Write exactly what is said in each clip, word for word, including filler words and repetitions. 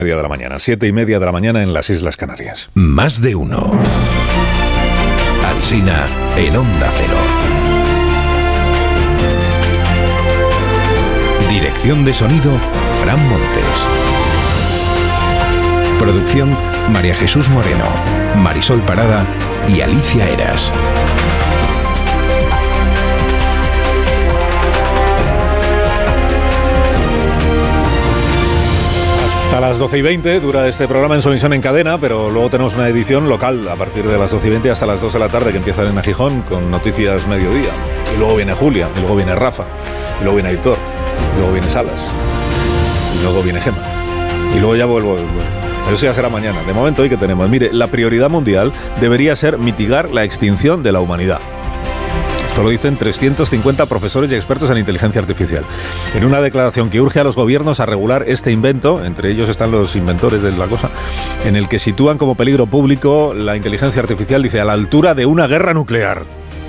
Media de la mañana, siete y media de la mañana en las Islas Canarias. Más de uno. Alsina en Onda Cero. Dirección de sonido, Fran Montes. Producción, María Jesús Moreno, Marisol Parada y Alicia Eras. Hasta las doce y veinte dura este programa en su emisión en cadena, pero luego tenemos una edición local a partir de las doce y veinte hasta las dos de la tarde que empieza en Gijón con Noticias Mediodía. Y luego viene Julia, y luego viene Rafa, y luego viene Aitor, y luego viene Salas, y luego viene Gema. Y luego ya vuelvo... vuelvo. Eso ya será mañana. De momento, hoy que tenemos, mire, la prioridad mundial debería ser mitigar la extinción de la humanidad. Esto lo dicen trescientos cincuenta profesores y expertos en inteligencia artificial. En una declaración que urge a los gobiernos a regular este invento, entre ellos están los inventores de la cosa, en el que sitúan como peligro público la inteligencia artificial, dice, a la altura de una guerra nuclear.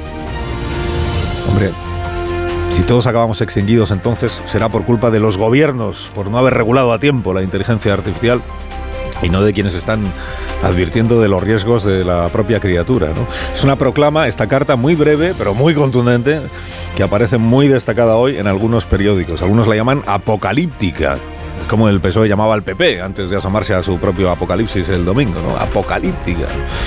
Hombre, si todos acabamos extinguidos, entonces será por culpa de los gobiernos, por no haber regulado a tiempo la inteligencia artificial, y no de quienes están advirtiendo de los riesgos de la propia criatura, ¿no? Es una proclama, esta carta muy breve, pero muy contundente, que aparece muy destacada hoy en algunos periódicos. Algunos la llaman apocalíptica. Es como el P S O E llamaba al P P antes de asomarse a su propio apocalipsis el domingo, ¿no? Apocalíptica.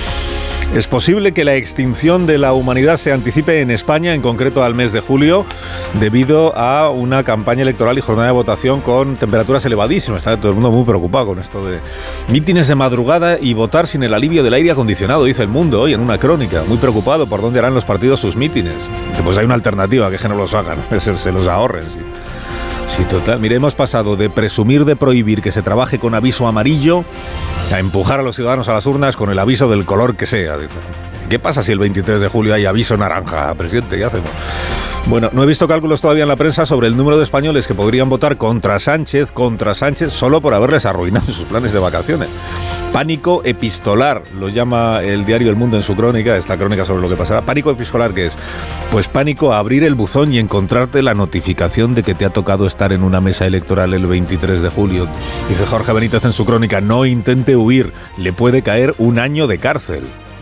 Es posible que la extinción de la humanidad se anticipe en España, en concreto al mes de julio, debido a una campaña electoral y jornada de votación con temperaturas elevadísimas. Está todo el mundo muy preocupado con esto de mítines de madrugada y votar sin el alivio del aire acondicionado, dice El Mundo hoy en una crónica. Muy preocupado por dónde harán los partidos sus mítines. Pues hay una alternativa, que, que no los hagan, se, se los ahorren, sí. Sí, total. Mire, hemos pasado de presumir de prohibir que se trabaje con aviso amarillo a empujar a los ciudadanos a las urnas con el aviso del color que sea. Dice. ¿Qué pasa si el veintitrés de julio hay aviso naranja, presidente? ¿Qué hacemos? Bueno, no he visto cálculos todavía en la prensa sobre el número de españoles que podrían votar contra Sánchez, contra Sánchez, solo por haberles arruinado sus planes de vacaciones. Pánico epistolar, lo llama el diario El Mundo en su crónica, esta crónica sobre lo que pasará. ¿Pánico epistolar qué es? Pues pánico a abrir el buzón y encontrarte la notificación de que te ha tocado estar en una mesa electoral el veintitrés de julio. Dice Jorge Benítez en su crónica, no intente huir, le puede caer un año de cárcel.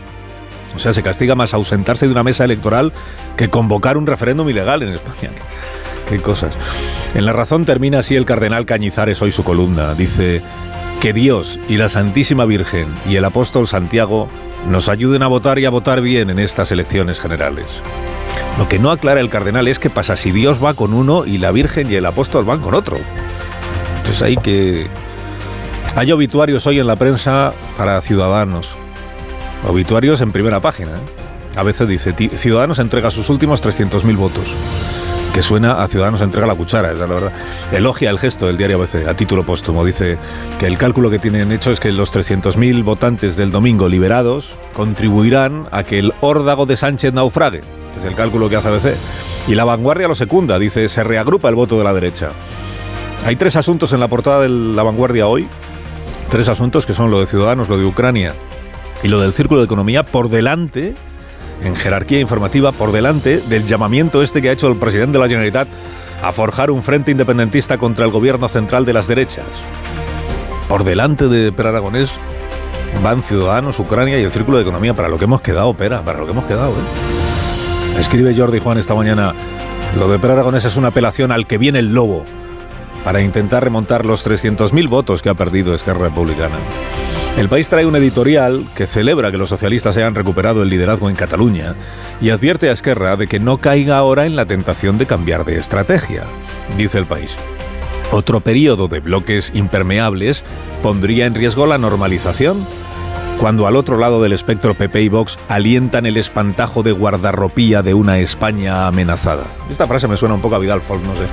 O sea, se castiga más ausentarse de una mesa electoral que convocar un referéndum ilegal en España. Qué cosas. En La Razón termina así el cardenal Cañizares hoy su columna. Dice... Que Dios y la Santísima Virgen y el apóstol Santiago nos ayuden a votar y a votar bien en estas elecciones generales. Lo que no aclara el cardenal es qué pasa si Dios va con uno y la Virgen y el apóstol van con otro. Entonces hay que... Hay obituarios hoy en la prensa para Ciudadanos. Obituarios en primera página, ¿eh? A veces dice, Ciudadanos entrega sus últimos trescientos mil votos. Que suena a Ciudadanos entrega la cuchara, es la verdad. Elogia el gesto del diario A B C a título póstumo. Dice que el cálculo que tienen hecho es que los trescientos mil votantes del domingo liberados contribuirán a que el órdago de Sánchez naufrague. Este es el cálculo que hace A B C. Y La Vanguardia lo secunda, dice, se reagrupa el voto de la derecha. Hay tres asuntos en la portada de La Vanguardia hoy. Tres asuntos que son lo de Ciudadanos, lo de Ucrania y lo del Círculo de Economía por delante... en jerarquía informativa, por delante del llamamiento este que ha hecho el presidente de la Generalitat a forjar un frente independentista contra el gobierno central de las derechas. Por delante de Pere Aragonés van Ciudadanos, Ucrania y el Círculo de Economía, para lo que hemos quedado, Pera, para lo que hemos quedado, ¿eh? Escribe Jordi Juan esta mañana, lo de Pere Aragonés es una apelación al que viene el lobo, para intentar remontar los trescientos mil votos que ha perdido Esquerra Republicana. El País trae un editorial que celebra que los socialistas hayan recuperado el liderazgo en Cataluña y advierte a Esquerra de que no caiga ahora en la tentación de cambiar de estrategia. Dice El País, otro periodo de bloques impermeables pondría en riesgo la normalización, cuando al otro lado del espectro P P y Vox alientan el espantajo de guardarropía de una España amenazada. Esta frase me suena un poco a Vidal Folk, no sé.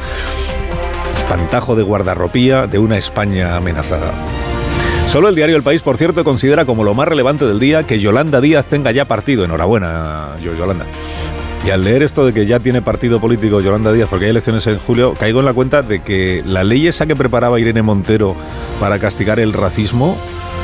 Espantajo de guardarropía de una España amenazada. Solo el diario El País, por cierto, considera como lo más relevante del día que Yolanda Díaz tenga ya partido. Enhorabuena, yo, Yolanda. Y al leer esto de que ya tiene partido político Yolanda Díaz, porque hay elecciones en julio, caigo en la cuenta de que la ley esa que preparaba Irene Montero para castigar el racismo,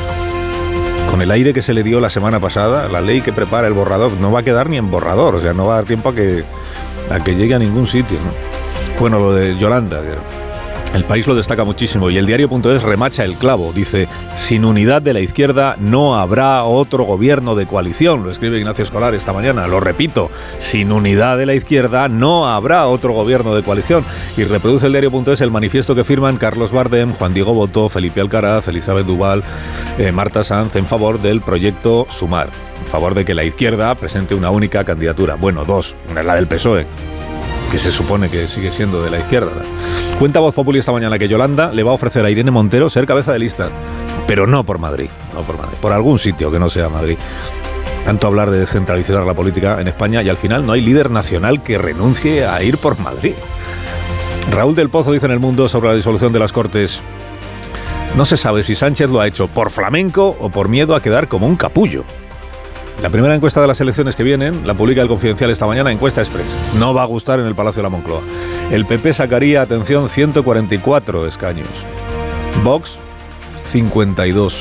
con el aire que se le dio la semana pasada, la ley que prepara el borrador, no va a quedar ni en borrador, o sea, no va a dar tiempo a que, a que llegue a ningún sitio, ¿no? Bueno, lo de Yolanda... El País lo destaca muchísimo y el diario.es remacha el clavo. Dice, sin unidad de la izquierda no habrá otro gobierno de coalición. Lo escribe Ignacio Escolar esta mañana. Lo repito, sin unidad de la izquierda no habrá otro gobierno de coalición. Y reproduce el diario.es el manifiesto que firman Carlos Bardem, Juan Diego Boto, Felipe Alcaraz, Elizabeth Duval, eh, Marta Sanz en favor del proyecto Sumar. En favor de que la izquierda presente una única candidatura. Bueno, dos. Una es la del P S O E, que se supone que sigue siendo de la izquierda. Cuenta Voz Populi esta mañana que Yolanda le va a ofrecer a Irene Montero ser cabeza de lista, pero no por Madrid, no por Madrid, por algún sitio que no sea Madrid. Tanto hablar de descentralizar la política en España y al final no hay líder nacional que renuncie a ir por Madrid. Raúl del Pozo dice en El Mundo sobre la disolución de las Cortes: no se sabe si Sánchez lo ha hecho por flamenco o por miedo a quedar como un capullo. La primera encuesta de las elecciones que vienen la publica El Confidencial esta mañana, encuesta express. No va a gustar en el Palacio de la Moncloa. El P P sacaría, atención, ciento cuarenta y cuatro escaños. Vox, cincuenta y dos.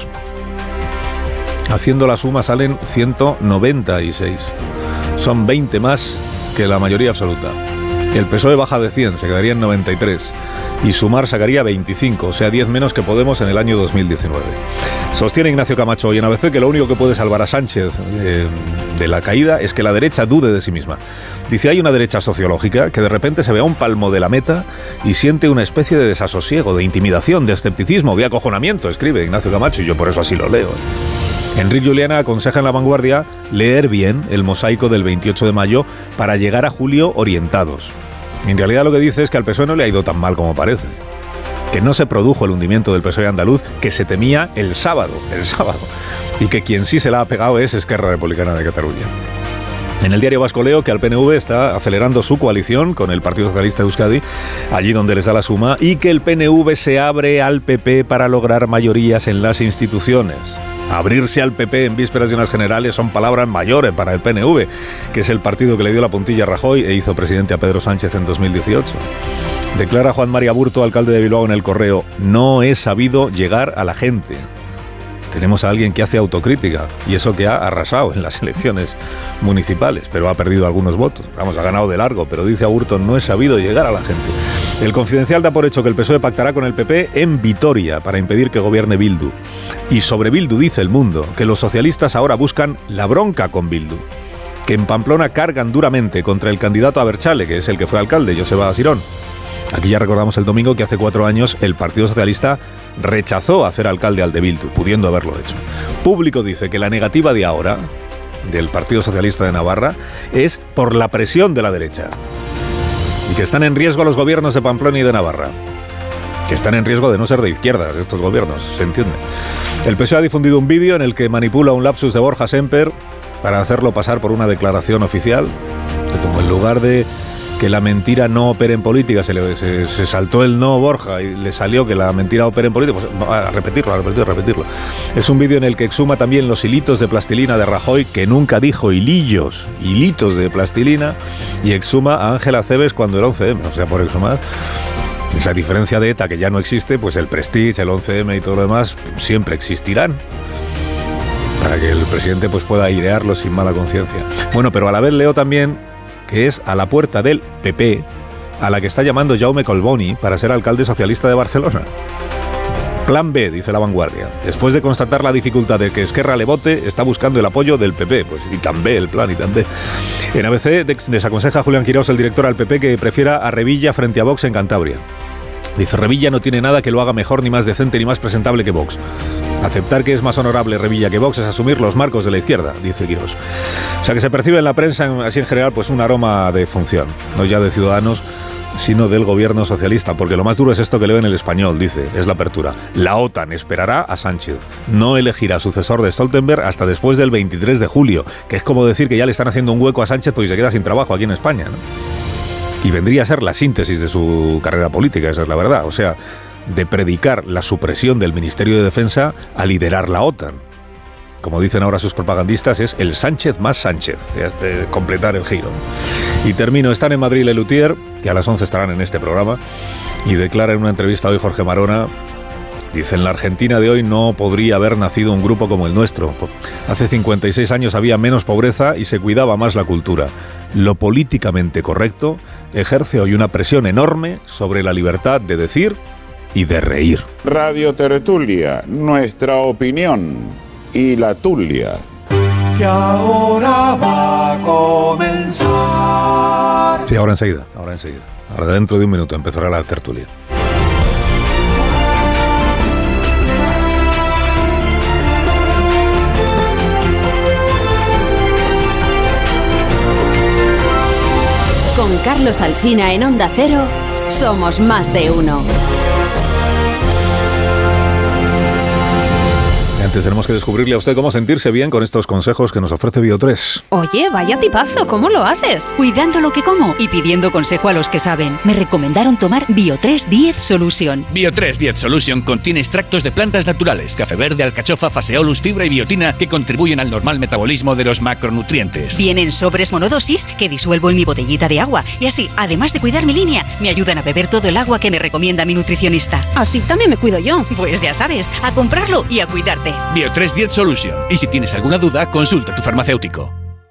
Haciendo la suma salen ciento noventa y seis. Son veinte más que la mayoría absoluta. El P S O E baja de cien, se quedaría en noventa y tres. Y Sumar sacaría veinticinco, o sea, diez menos que Podemos en el año dos mil diecinueve. Sostiene Ignacio Camacho hoy en A B C que lo único que puede salvar a Sánchez eh, de la caída es que la derecha dude de sí misma. Dice, hay una derecha sociológica que de repente se ve a un palmo de la meta y siente una especie de desasosiego, de intimidación, de escepticismo, de acojonamiento, escribe Ignacio Camacho, y yo por eso así lo leo. Enrique Juliana aconseja en La Vanguardia leer bien el mosaico del veintiocho de mayo para llegar a julio orientados. En realidad lo que dice es que al P S O E no le ha ido tan mal como parece. Que no se produjo el hundimiento del P S O E andaluz que se temía el sábado, el sábado. Y que quien sí se la ha pegado es Esquerra Republicana de Cataluña. En el diario vasco leo que al P N V está acelerando su coalición con el Partido Socialista de Euskadi, allí donde les da la suma, y que el P N V se abre al P P para lograr mayorías en las instituciones. Abrirse al P P en vísperas de unas generales son palabras mayores para el P N V, que es el partido que le dio la puntilla a Rajoy e hizo presidente a Pedro Sánchez en dos mil dieciocho. Declara Juan María Burto, alcalde de Bilbao, en El Correo: no he sabido llegar a la gente. Tenemos a alguien que hace autocrítica, y eso que ha arrasado en las elecciones municipales, pero ha perdido algunos votos. Vamos, ha ganado de largo, pero dice a Burto: no he sabido llegar a la gente. El Confidencial da por hecho que el P S O E pactará con el P P en Vitoria para impedir que gobierne Bildu. Y sobre Bildu dice El Mundo que los socialistas ahora buscan la bronca con Bildu, que en Pamplona cargan duramente contra el candidato a Abertzale, que es el que fue alcalde, Joseba Asirón. Aquí ya recordamos el domingo que hace cuatro años el Partido Socialista rechazó hacer alcalde al de Bildu, pudiendo haberlo hecho. Público dice que la negativa de ahora, del Partido Socialista de Navarra, es por la presión de la derecha. Y que están en riesgo los gobiernos de Pamplona y de Navarra. Que están en riesgo de no ser de izquierdas estos gobiernos, se entiende. El P S O E ha difundido un vídeo en el que manipula un lapsus de Borja Semper para hacerlo pasar por una declaración oficial. Como en lugar de que la mentira no opere en política, se, le, se, se saltó el no Borja y le salió que la mentira opere en política, pues a repetirlo, a repetirlo, a repetirlo. Es un vídeo en el que exhuma también los hilitos de plastilina de Rajoy, que nunca dijo hilillos, hilitos de plastilina, y exhuma a Ángela Cebes cuando el once eme, o sea, por exhumar. Esa diferencia de ETA que ya no existe, pues el Prestige, el once eme y todo lo demás siempre existirán, para que el presidente pues pueda airearlo sin mala conciencia. Bueno, pero a la vez leo también que es a la puerta del P P a la que está llamando Jaume Collboni para ser alcalde socialista de Barcelona. Plan B, dice La Vanguardia. Después de constatar la dificultad de que Esquerra le vote, está buscando el apoyo del P P. Pues y tan B el plan, y tan B. En A B C desaconseja a Julián Quirós, el director, al P P que prefiera a Revilla frente a Vox en Cantabria. Dice, Revilla no tiene nada que lo haga mejor, ni más decente, ni más presentable que Vox. Aceptar que es más honorable Revilla que Vox es asumir los marcos de la izquierda, dice Quirós. O sea que se percibe en la prensa, así en general, pues un aroma de función, no ya de Ciudadanos, sino del gobierno socialista, porque lo más duro es esto que leo en El Español, dice, es la apertura. La OTAN esperará a Sánchez, no elegirá sucesor de Stoltenberg hasta después del veintitrés de julio, que es como decir que ya le están haciendo un hueco a Sánchez porque se queda sin trabajo aquí en España, ¿no? Y vendría a ser la síntesis de su carrera política, esa es la verdad, o sea, de predicar la supresión del Ministerio de Defensa a liderar la OTAN. Como dicen ahora sus propagandistas, es el Sánchez más Sánchez, de completar el giro. Y termino, están en Madrid Lelutier, que a las once estarán en este programa, y declara en una entrevista hoy Jorge Marona, dice, en la Argentina de hoy no podría haber nacido un grupo como el nuestro. Hace cincuenta y seis años había menos pobreza y se cuidaba más la cultura. Lo políticamente correcto ejerce hoy una presión enorme sobre la libertad de decir y de reír. Radio Tertulia, nuestra opinión y la tulia. Que ahora va a comenzar. Sí, ahora enseguida, ahora enseguida. Ahora dentro de un minuto empezará la tertulia. Con Carlos Alsina en Onda Cero, somos más de uno. Antes tenemos que descubrirle a usted cómo sentirse bien con estos consejos que nos ofrece Bio tres. Oye, vaya tipazo, ¿cómo lo haces? Cuidando lo que como y pidiendo consejo a los que saben. Me recomendaron tomar Bio tres Diet Solution. Bio tres Diet Solution contiene extractos de plantas naturales, café verde, alcachofa, faseolus, fibra y biotina que contribuyen al normal metabolismo de los macronutrientes. Vienen sobres monodosis que disuelvo en mi botellita de agua y así, además de cuidar mi línea, me ayudan a beber todo el agua que me recomienda mi nutricionista. Así también me cuido yo. Pues ya sabes, a comprarlo y a cuidarte. Bio tres Diet Solution. Y si tienes alguna duda, consulta a tu farmacéutico.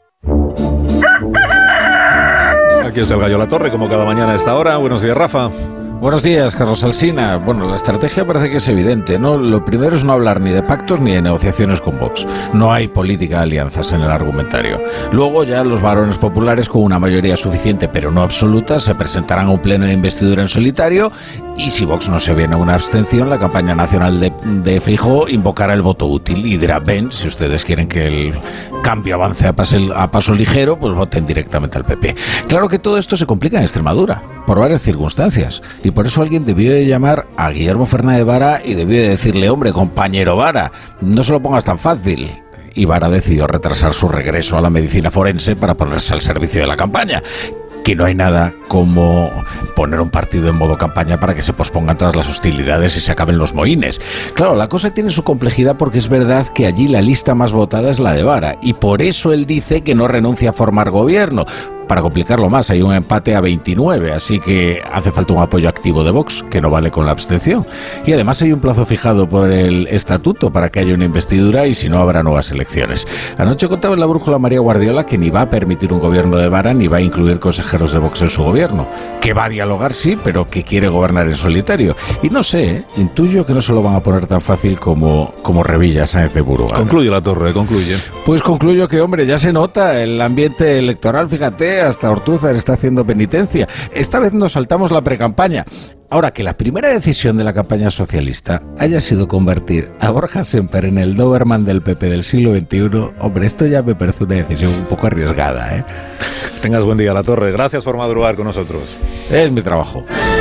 Aquí es el Gallo La Torre, como cada mañana a esta hora. Buenos días, Rafa. Buenos días, Carlos Alsina. Bueno, la estrategia parece que es evidente, ¿no? Lo primero es no hablar ni de pactos ni de negociaciones con Vox. No hay política de alianzas en el argumentario. Luego ya los varones populares, con una mayoría suficiente pero no absoluta, se presentarán a un pleno de investidura en solitario y si Vox no se viene a una abstención, la campaña nacional de, de Feijóo invocará el voto útil y dirá, ven, si ustedes quieren que el cambio avance a paso, a paso ligero, pues voten directamente al P P. Claro que todo esto se complica en Extremadura, por varias circunstancias. Y por eso alguien debió de llamar a Guillermo Fernández Vara y debió de decirle, hombre, compañero Vara, no se lo pongas tan fácil. Y Vara decidió retrasar su regreso a la medicina forense para ponerse al servicio de la campaña. Que no hay nada como poner un partido en modo campaña para que se pospongan todas las hostilidades y se acaben los mohines. Claro, la cosa tiene su complejidad porque es verdad que allí la lista más votada es la de Vara y por eso él dice que no renuncia a formar gobierno. Para complicarlo más, hay un empate a veintinueve, así que hace falta un apoyo activo de Vox, que no vale con la abstención. Y además hay un plazo fijado por el estatuto para que haya una investidura y si no habrá nuevas elecciones. Anoche contaba en la brújula María Guardiola que ni va a permitir un gobierno de Vara ni va a incluir consejeros de Vox en su gobierno. Que va a dialogar sí, pero que quiere gobernar en solitario. Y no sé, ¿eh? Intuyo que no se lo van a poner tan fácil como, como Revilla Sáenz de Burgos. Concluye La Torre, concluye. Pues concluyo que, hombre, ya se nota el ambiente electoral, fíjate, hasta Ortúzar está haciendo penitencia. Esta vez nos saltamos la precampaña. Ahora, que la primera decisión de la campaña socialista haya sido convertir a Borja Semper en el Doberman del P P del siglo veintiuno, hombre, esto ya me parece una decisión un poco arriesgada, ¿eh? Tengas buen día, La Torre. Gracias por madrugar con nosotros. Es mi trabajo.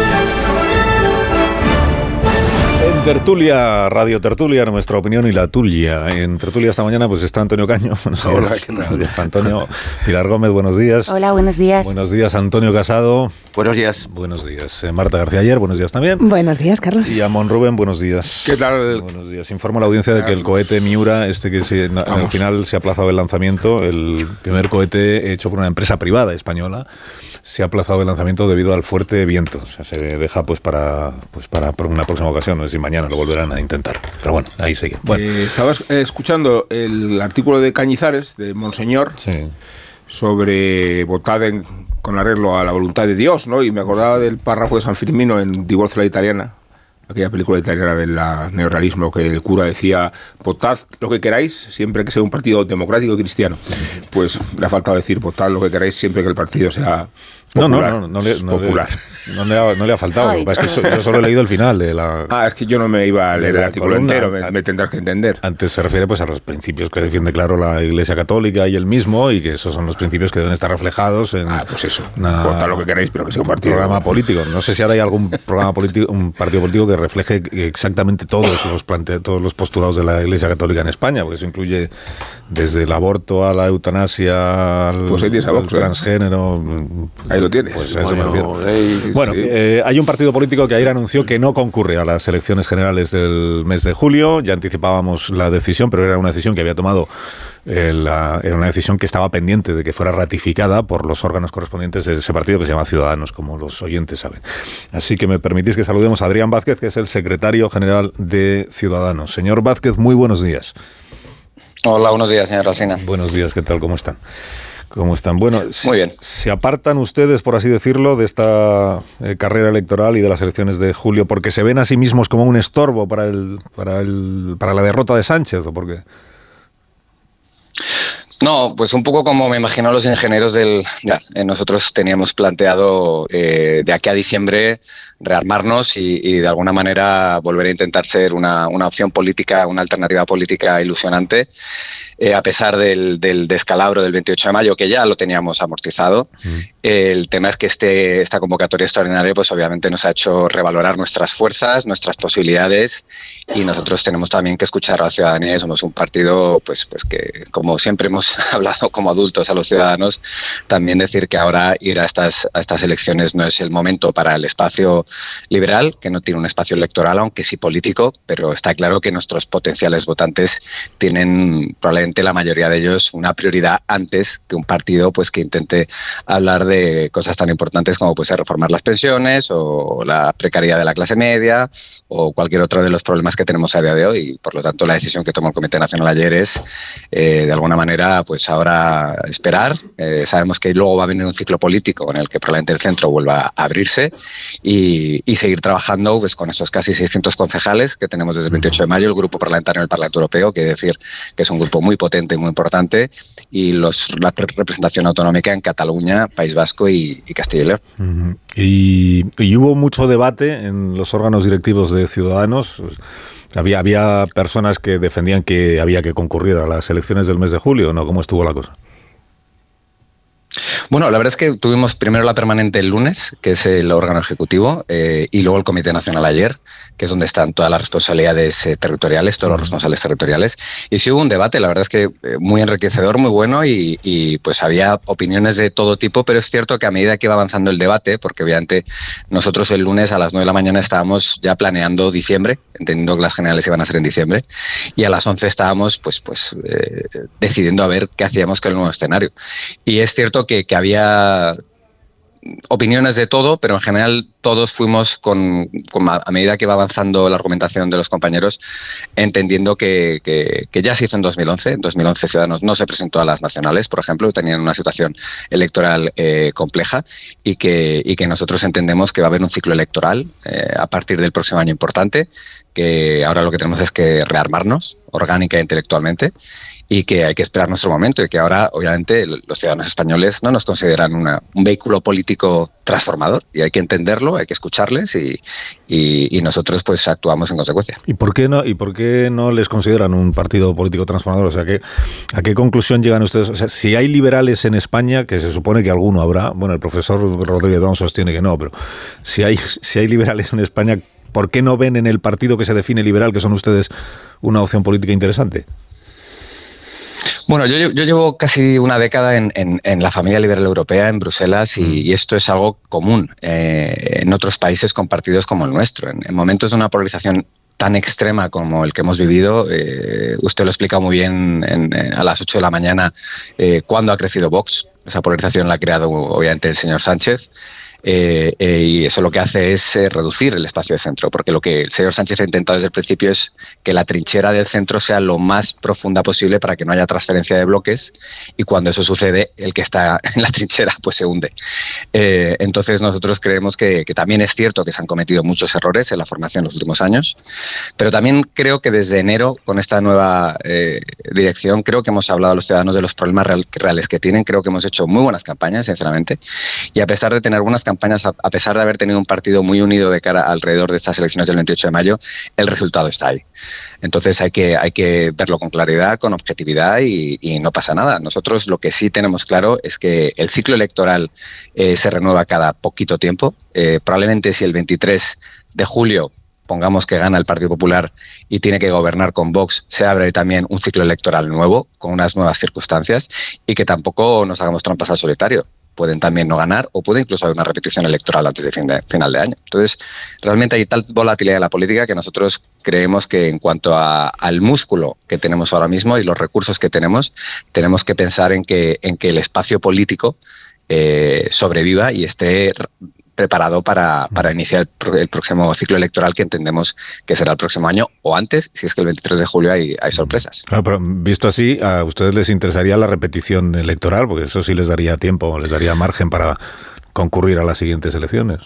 En Tertulia, Radio Tertulia, nuestra opinión y la tuya. En Tertulia esta mañana pues está Antonio Caño. Hola, ¿qué tal? Antonio Pilar Gómez, buenos días. Hola, buenos días. Buenos días, Antonio Casado. Buenos días. Buenos días. Eh, Marta García Ayer, buenos días también. Buenos días, Carlos. Y Amon Rubén, buenos días. ¿Qué tal? Buenos días. Informo a la audiencia de que el cohete Miura, este que se, na, al final se ha aplazado el lanzamiento, el primer cohete hecho por una empresa privada española, se ha aplazado el lanzamiento debido al fuerte viento. O sea, se deja pues para pues para una próxima ocasión, no sé si mañana lo volverán a intentar. Pero bueno, ahí sigue. Bueno. Eh, estabas eh, escuchando el artículo de Cañizares, de Monseñor, sí, sobre votar en, con arreglo a la voluntad de Dios, ¿no? Y me acordaba del párrafo de San Firmino en Divorcio a la Italiana, aquella película italiana del neorrealismo, que el cura decía, votad lo que queráis siempre que sea un partido democrático y cristiano. Pues le ha faltado decir, votad lo que queráis siempre que el partido sea popular. No, no, no, no, le, no, popular. Le, no, le ha, no le ha faltado. Ay, es que so, yo solo he leído el final de la... Ah, es que yo no me iba a leer el artículo entero, me, me tendrás que entender. Antes se refiere pues a los principios que defiende, claro, la Iglesia Católica y el mismo, y que esos son los principios que deben estar reflejados en... Ah, pues eso, una, votad lo que queráis, pero que sea un partido... programa político. No sé si ahora hay algún programa político, un partido político que refleje exactamente todos los plante, todos los postulados de la Iglesia Católica en España, porque eso incluye desde el aborto a la eutanasia, al, pues ahí tienes a Vox, al transgénero... Ahí lo tienes. Pues eso me refiero. Hey, bueno, sí. eh, hay un partido político que ayer anunció que no concurre a las elecciones generales del mes de julio. Ya anticipábamos la decisión, pero era una decisión que había tomado, eh, la, era una decisión que estaba pendiente de que fuera ratificada por los órganos correspondientes de ese partido que se llama Ciudadanos, como los oyentes saben. Así que me permitís que saludemos a Adrián Vázquez, que es el secretario general de Ciudadanos. Señor Vázquez, muy buenos días. Hola, buenos días, señor Alsina. Buenos días, ¿qué tal? ¿Cómo están? ¿Cómo están? Bueno, muy bien. ¿Se apartan ustedes, por así decirlo, de esta eh, carrera electoral y de las elecciones de julio porque se ven a sí mismos como un estorbo para el para el para la derrota de Sánchez o por qué? No, pues un poco como me imagino los ingenieros del... Ya, nosotros teníamos planteado eh, de aquí a diciembre rearmarnos y, y de alguna manera volver a intentar ser una, una opción política, una alternativa política ilusionante, eh, a pesar del, del descalabro del veintiocho de mayo, que ya lo teníamos amortizado. Mm. El tema es que este, esta convocatoria extraordinaria pues obviamente nos ha hecho revalorar nuestras fuerzas, nuestras posibilidades, y nosotros tenemos también que escuchar a la ciudadanía. Somos un partido pues, pues que, como siempre hemos hablado como adultos a los ciudadanos, también decir que ahora ir a estas, a estas elecciones no es el momento para el espacio liberal, que no tiene un espacio electoral, aunque sí político, pero está claro que nuestros potenciales votantes tienen probablemente la mayoría de ellos una prioridad antes que un partido pues que intente hablar de cosas tan importantes como puede ser reformar las pensiones o la precariedad de la clase media o cualquier otro de los problemas que tenemos a día de hoy. Y por lo tanto la decisión que tomó el Comité Nacional ayer es eh, de alguna manera pues ahora esperar. Eh, sabemos que luego va a venir un ciclo político en el que probablemente el centro vuelva a abrirse y Y, y seguir trabajando pues, con esos casi seiscientos concejales que tenemos desde el veintiocho de mayo, el grupo parlamentario en el Parlamento Europeo, que decir que es un grupo muy potente y muy importante, y los, la representación autonómica en Cataluña, País Vasco y, y Castilla y León. Uh-huh. y, y hubo mucho debate en los órganos directivos de Ciudadanos. Había, había personas que defendían que había que concurrir a las elecciones del mes de julio, ¿no? ¿Cómo estuvo la cosa? Bueno, la verdad es que tuvimos primero la permanente el lunes, que es el órgano ejecutivo, eh, y luego el Comité Nacional ayer, que es donde están todas las responsabilidades eh, territoriales, todos los responsables territoriales. Y sí hubo un debate, la verdad es que eh, muy enriquecedor, muy bueno, y, y pues había opiniones de todo tipo, pero es cierto que a medida que iba avanzando el debate, porque obviamente nosotros el lunes a las nueve de la mañana estábamos ya planeando diciembre, entendiendo que las generales iban a ser en diciembre, y a las once estábamos pues, pues eh, decidiendo a ver qué hacíamos con el nuevo escenario. Y es cierto que, que había opiniones de todo, pero en general todos fuimos con, con a medida que iba avanzando la argumentación de los compañeros, entendiendo que, que, que ya se hizo en dos mil once. En dos mil once Ciudadanos no se presentó a las nacionales, por ejemplo, tenían una situación electoral eh, compleja y que, y que nosotros entendemos que va a haber un ciclo electoral eh, a partir del próximo año importante, que ahora lo que tenemos es que rearmarnos orgánica e intelectualmente, y que hay que esperar nuestro momento, y que ahora, obviamente, los ciudadanos españoles no nos consideran una, un vehículo político transformador, y hay que entenderlo, hay que escucharles, y, y, y nosotros pues actuamos en consecuencia. ¿Y por qué no y por qué no les consideran un partido político transformador? O sea, ¿qué, ¿a qué conclusión llegan ustedes? O sea, si hay liberales en España, que se supone que alguno habrá, bueno, el profesor Rodríguez Don sostiene que no, pero si hay, si hay liberales en España, ¿por qué no ven en el partido que se define liberal, que son ustedes, una opción política interesante? Bueno, yo, yo llevo casi una década en, en, en la familia liberal europea, en Bruselas, y, y esto es algo común eh, en otros países con partidos como el nuestro. En, en momentos de una polarización tan extrema como el que hemos vivido, eh, usted lo ha explicado muy bien en, en, a las ocho de la mañana, eh, cuando ha crecido Vox. Esa polarización la ha creado obviamente el señor Sánchez. Eh, eh, y eso lo que hace es eh, reducir el espacio de centro, porque lo que el señor Sánchez ha intentado desde el principio es que la trinchera del centro sea lo más profunda posible para que no haya transferencia de bloques, y cuando eso sucede, el que está en la trinchera pues se hunde. Eh, entonces nosotros creemos que, que también es cierto que se han cometido muchos errores en la formación en los últimos años, pero también creo que desde enero, con esta nueva eh, dirección, creo que hemos hablado a los ciudadanos de los problemas real, reales que tienen. Creo que hemos hecho muy buenas campañas, sinceramente, y a pesar de tener buenas campañas, a pesar de haber tenido un partido muy unido de cara alrededor de estas elecciones del veintiocho de mayo, el resultado está ahí. Entonces hay que, hay que verlo con claridad, con objetividad, y, y no pasa nada. Nosotros lo que sí tenemos claro es que el ciclo electoral eh, se renueva cada poquito tiempo. Eh, probablemente si el veintitrés de julio pongamos que gana el Partido Popular y tiene que gobernar con Vox, se abre también un ciclo electoral nuevo, con unas nuevas circunstancias, y que tampoco nos hagamos trampas al solitario. Pueden también no ganar, o puede incluso haber una repetición electoral antes de, fin de final de año. Entonces, realmente hay tal volatilidad en la política que nosotros creemos que en cuanto a, al músculo que tenemos ahora mismo y los recursos que tenemos, tenemos que pensar en que, en que el espacio político eh, sobreviva y esté preparado para, para iniciar el, pro, el próximo ciclo electoral que entendemos que será el próximo año o antes, si es que el veintitrés de julio hay, hay sorpresas. Claro, pero visto así, a ustedes les interesaría la repetición electoral, porque eso sí les daría tiempo, les daría margen para concurrir a las siguientes elecciones.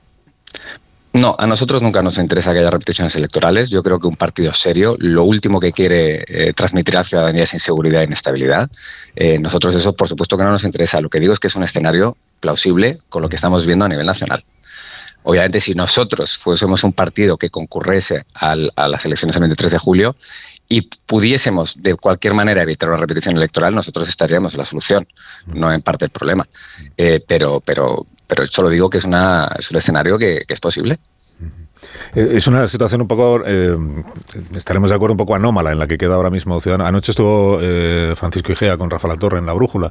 No, a nosotros nunca nos interesa que haya repeticiones electorales. Yo creo que un partido serio, lo último que quiere eh, transmitir a la ciudadanía es inseguridad e inestabilidad. Eh, nosotros eso, por supuesto, que no nos interesa. Lo que digo es que es un escenario plausible con lo que estamos viendo a nivel nacional. Obviamente, si nosotros fuésemos un partido que concurriese al, a las elecciones del veintitrés de julio y pudiésemos de cualquier manera evitar una repetición electoral, nosotros estaríamos en la solución, no en parte del problema. Eh, pero, pero, pero solo digo que es, una, es un escenario que, que es posible. Es una situación un poco, eh, estaremos de acuerdo, un poco anómala en la que queda ahora mismo Ciudadanos. Anoche estuvo eh, Francisco Igea con Rafa Latorre en La Brújula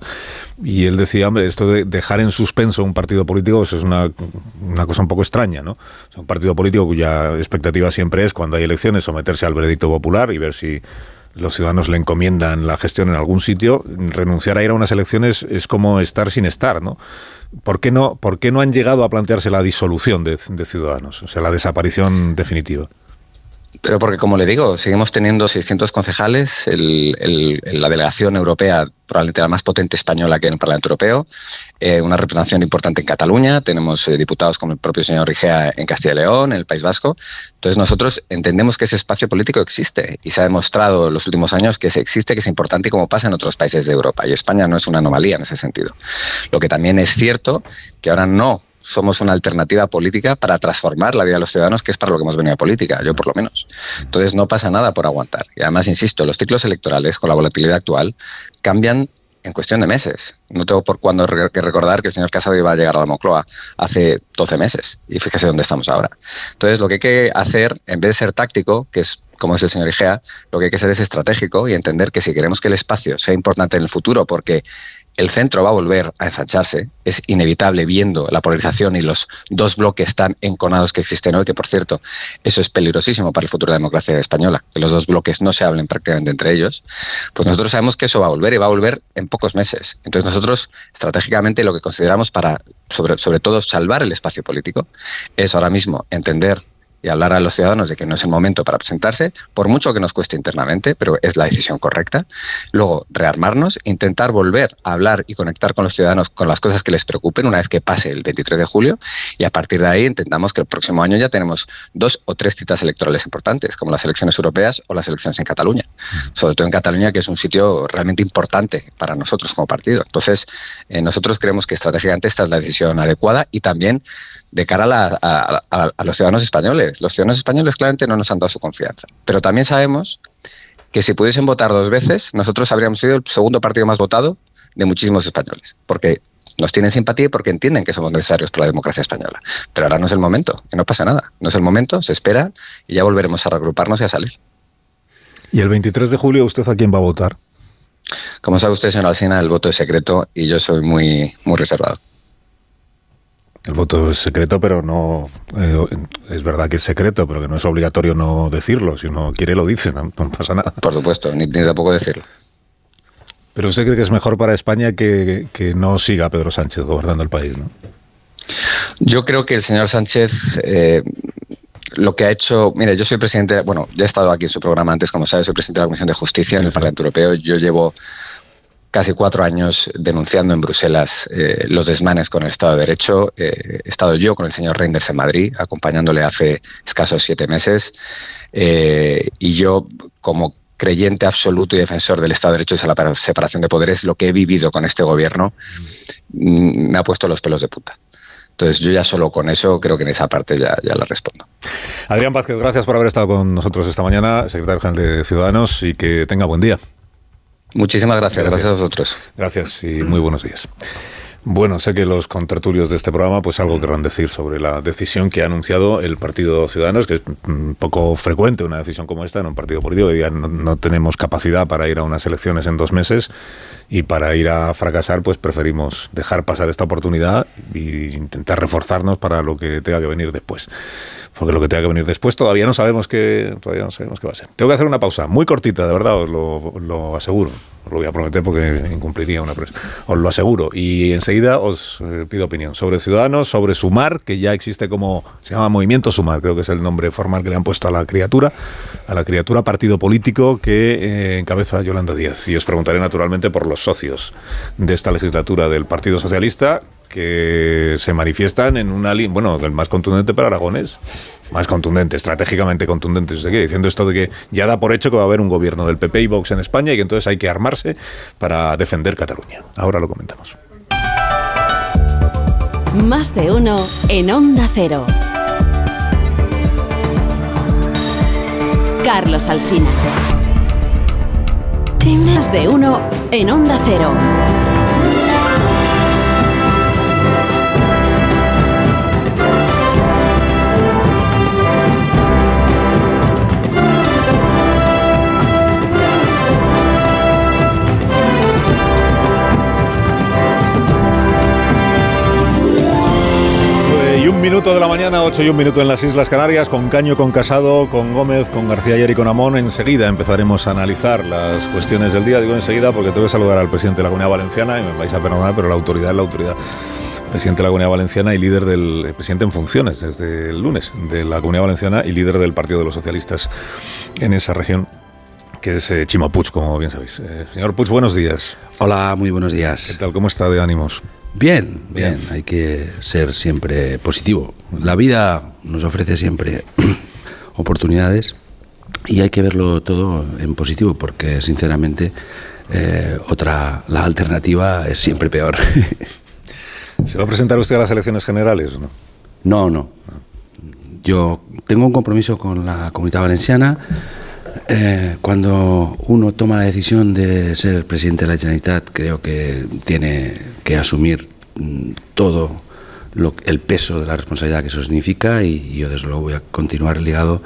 y él decía, hombre, esto de dejar en suspenso un partido político pues es una, una cosa un poco extraña, ¿no? O sea, un partido político cuya expectativa siempre es, cuando hay elecciones, someterse al veredicto popular y ver si los ciudadanos le encomiendan la gestión en algún sitio. Renunciar a ir a unas elecciones es como estar sin estar, ¿no? ¿Por qué no, por qué no han llegado a plantearse la disolución de, de Ciudadanos? O sea, la desaparición definitiva. Pero porque, como le digo, seguimos teniendo seiscientos concejales, el, el, la delegación europea, probablemente la más potente española que en el Parlamento Europeo, eh, una representación importante en Cataluña, tenemos eh, diputados como el propio señor Rigea en Castilla y León, en el País Vasco. Entonces nosotros entendemos que ese espacio político existe y se ha demostrado en los últimos años que se existe, que es importante y como pasa en otros países de Europa. Y España no es una anomalía en ese sentido. Lo que también es cierto que ahora no somos una alternativa política para transformar la vida de los ciudadanos, que es para lo que hemos venido a política, yo por lo menos. Entonces no pasa nada por aguantar. Y además, insisto, los ciclos electorales con la volatilidad actual cambian en cuestión de meses. No tengo por cuándo que recordar que el señor Casado iba a llegar a la Moncloa hace doce meses y fíjese dónde estamos ahora. Entonces lo que hay que hacer, en vez de ser táctico, que es como es el señor Igea, lo que hay que hacer es estratégico y entender que si queremos que el espacio sea importante en el futuro, porque el centro va a volver a ensancharse, es inevitable viendo la polarización y los dos bloques tan enconados que existen hoy, que por cierto, eso es peligrosísimo para el futuro de la democracia española, que los dos bloques no se hablen prácticamente entre ellos, pues nosotros sabemos que eso va a volver y va a volver en pocos meses. Entonces nosotros, estratégicamente, lo que consideramos para, sobre, sobre todo, salvar el espacio político, es ahora mismo entender y hablar a los ciudadanos de que no es el momento para presentarse, por mucho que nos cueste internamente, pero es la decisión correcta. Luego, rearmarnos, intentar volver a hablar y conectar con los ciudadanos con las cosas que les preocupen una vez que pase el veintitrés de julio, y a partir de ahí entendamos que el próximo año ya tenemos dos o tres citas electorales importantes, como las elecciones europeas o las elecciones en Cataluña. Sobre todo en Cataluña, que es un sitio realmente importante para nosotros como partido. Entonces, eh, nosotros creemos que estratégicamente esta es la decisión adecuada y también de cara a, la, a, a, a los ciudadanos españoles. Los ciudadanos españoles claramente no nos han dado su confianza. Pero también sabemos que si pudiesen votar dos veces, nosotros habríamos sido el segundo partido más votado de muchísimos españoles. Porque nos tienen simpatía y porque entienden que somos necesarios para la democracia española. Pero ahora no es el momento, que no pasa nada. No es el momento, se espera y ya volveremos a reagruparnos y a salir. ¿Y el veintitrés de julio usted a quién va a votar? Como sabe usted, señor Alsina, el voto es secreto y yo soy muy, muy reservado. El voto es secreto, pero no... Eh, es verdad que es secreto, pero que no es obligatorio no decirlo. Si uno quiere, lo dice, no, no pasa nada. Por supuesto, ni, ni tampoco decirlo. Pero usted cree que es mejor para España que, que no siga a Pedro Sánchez gobernando el país, ¿no? Yo creo que el señor Sánchez... Eh, lo que ha hecho... Mire, yo soy presidente... Bueno, ya he estado aquí en su programa antes, como sabe, soy presidente de la Comisión de Justicia sí, en el sí. Parlamento Europeo. Yo llevo casi cuatro años denunciando en Bruselas eh, los desmanes con el Estado de Derecho. Eh, he estado yo con el señor Reinders en Madrid, acompañándole hace escasos siete meses. Eh, y yo, como creyente absoluto y defensor del Estado de Derecho y de la separación de poderes, lo que he vivido con este gobierno mm, me ha puesto los pelos de punta. Entonces yo ya solo con eso creo que en esa parte ya, ya la respondo. Adrián Vázquez, gracias por haber estado con nosotros esta mañana, secretario general de Ciudadanos, y que tenga buen día. Muchísimas gracias, gracias, gracias a vosotros. Gracias y muy buenos días. Bueno, sé que los contertulios de este programa pues algo querrán decir sobre la decisión que ha anunciado el Partido Ciudadanos, que es un poco frecuente una decisión como esta en un partido político, que ya no, no tenemos capacidad para ir a unas elecciones en dos meses y para ir a fracasar pues preferimos dejar pasar esta oportunidad e intentar reforzarnos para lo que tenga que venir después. Porque lo que tenga que venir después todavía no sabemos qué, todavía no sabemos qué va a ser. Tengo que hacer una pausa muy cortita, de verdad, os lo, lo aseguro. Os lo voy a prometer porque incumpliría una promesa. Os lo aseguro. Y enseguida os eh, pido opinión sobre Ciudadanos, sobre Sumar, que ya existe como, se llama Movimiento Sumar, creo que es el nombre formal que le han puesto a la criatura, a la criatura partido político que eh, encabeza Yolanda Díaz. Y os preguntaré naturalmente por los socios de esta legislatura del Partido Socialista, que se manifiestan en una línea, bueno, el más contundente para Aragonés, más contundente, estratégicamente contundente, no sé qué, diciendo esto de que ya da por hecho que va a haber un gobierno del P P y Vox en España y que entonces hay que armarse para defender Cataluña. Ahora lo comentamos. Más de uno en Onda Cero. Carlos Alsina. Más de uno en Onda Cero. Un minuto de la mañana, ocho y un minuto en las Islas Canarias, con Caño, con Casado, con Gómez, con García Ayer y con Amón. Enseguida empezaremos a analizar las cuestiones del día. Digo enseguida porque tengo que saludar al presidente de la Comunidad Valenciana, y me vais a perdonar, pero la autoridad es la autoridad. Presidente de la Comunidad Valenciana y líder del... Eh, presidente en funciones desde el lunes de la Comunidad Valenciana y líder del Partido de los Socialistas en esa región, que es eh, Chimo Puig, como bien sabéis. Eh, señor Puig, buenos días. Hola, muy buenos días. ¿Qué tal? ¿Cómo está de ánimos? Bien, bien, bien, hay que ser siempre positivo. La vida nos ofrece siempre oportunidades y hay que verlo todo en positivo porque, sinceramente, eh, otra, la alternativa es siempre peor. ¿Se va a presentar usted a las elecciones generales o no? No, no. Yo tengo un compromiso con la Comunidad Valenciana. Eh, cuando uno toma la decisión de ser presidente de la Generalitat, creo que tiene que asumir mm, todo lo, el peso de la responsabilidad que eso significa, y yo desde luego voy a continuar ligado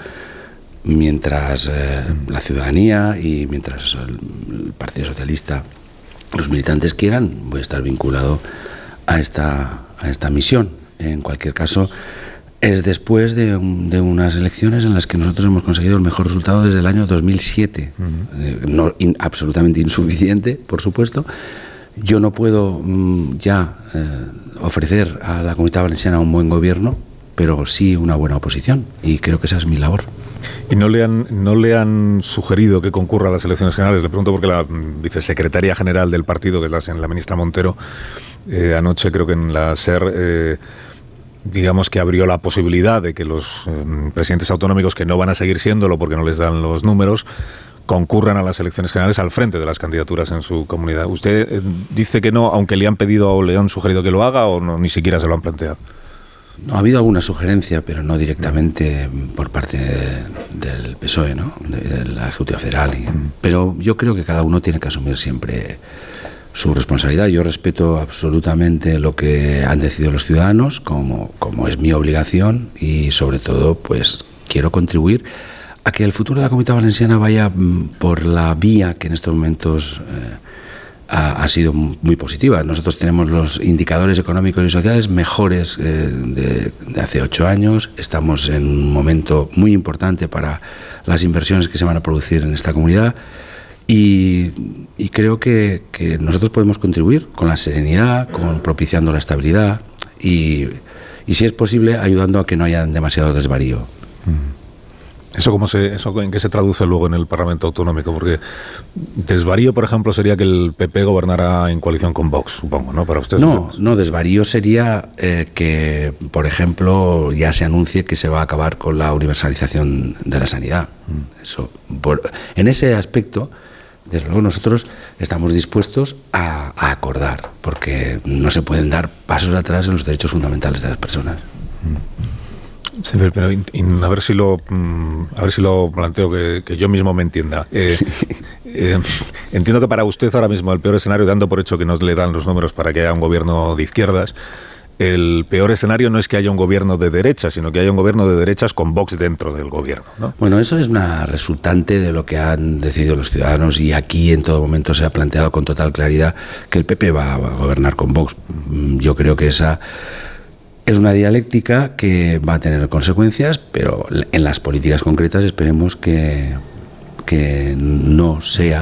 mientras eh, la ciudadanía y mientras el, el Partido Socialista, los militantes quieran, voy a estar vinculado a esta, a esta misión. En cualquier caso, es después de, un, de unas elecciones en las que nosotros hemos conseguido el mejor resultado desde el año dos mil siete. Uh-huh. eh, no, in, absolutamente insuficiente, por supuesto. Yo no puedo mm, ya eh, ofrecer a la Comunidad Valenciana un buen gobierno, pero sí una buena oposición, y creo que esa es mi labor. ¿Y no le han, no le han sugerido que concurra a las elecciones generales? Le pregunto porque la vicesecretaria general del partido, que es la, la ministra Montero, eh, anoche creo que en la SER... Eh, digamos que abrió la posibilidad de que los eh, presidentes autonómicos, que no van a seguir siéndolo porque no les dan los números, concurran a las elecciones generales al frente de las candidaturas en su comunidad. ¿Usted eh, dice que no, aunque le han pedido o le han sugerido que lo haga, o no, ni siquiera se lo han planteado? No, ha habido alguna sugerencia, pero no directamente por parte de, del P S O E, ¿no? de, de la Ejecutiva Federal. Y, mm. Pero yo creo que cada uno tiene que asumir siempre su responsabilidad. Yo respeto absolutamente lo que han decidido los ciudadanos, como, como es mi obligación, y sobre todo pues quiero contribuir a que el futuro de la Comunidad Valenciana vaya por la vía que en estos momentos eh, ha, ha sido muy positiva. Nosotros tenemos los indicadores económicos y sociales mejores eh, de, de hace ocho años. Estamos en un momento muy importante para las inversiones que se van a producir en esta comunidad. Y, y creo que, que nosotros podemos contribuir con la serenidad, con propiciando la estabilidad y, y si es posible, ayudando a que no haya demasiado desvarío. ¿Eso cómo se, eso en qué se traduce luego en el Parlamento Autonómico? Porque desvarío, por ejemplo, sería que el P P gobernara en coalición con Vox, supongo, ¿no? Para ustedes. No, no, desvarío sería eh, que, por ejemplo, ya se anuncie que se va a acabar con la universalización de la sanidad. Mm. Eso, por, en ese aspecto, desde luego nosotros estamos dispuestos a, a acordar, porque no se pueden dar pasos atrás en los derechos fundamentales de las personas. Sí, pero in, in, a ver si lo a ver si lo planteo que, que yo mismo me entienda. Eh, sí. eh, entiendo que para usted ahora mismo el peor escenario, dando por hecho que no le dan los números para que haya un gobierno de izquierdas, el peor escenario no es que haya un gobierno de derechas, sino que haya un gobierno de derechas con Vox dentro del gobierno, ¿no? Bueno, eso es una resultante de lo que han decidido los ciudadanos, y aquí en todo momento se ha planteado con total claridad que el P P va a gobernar con Vox. Yo creo que esa es una dialéctica que va a tener consecuencias, pero en las políticas concretas esperemos que, que no sea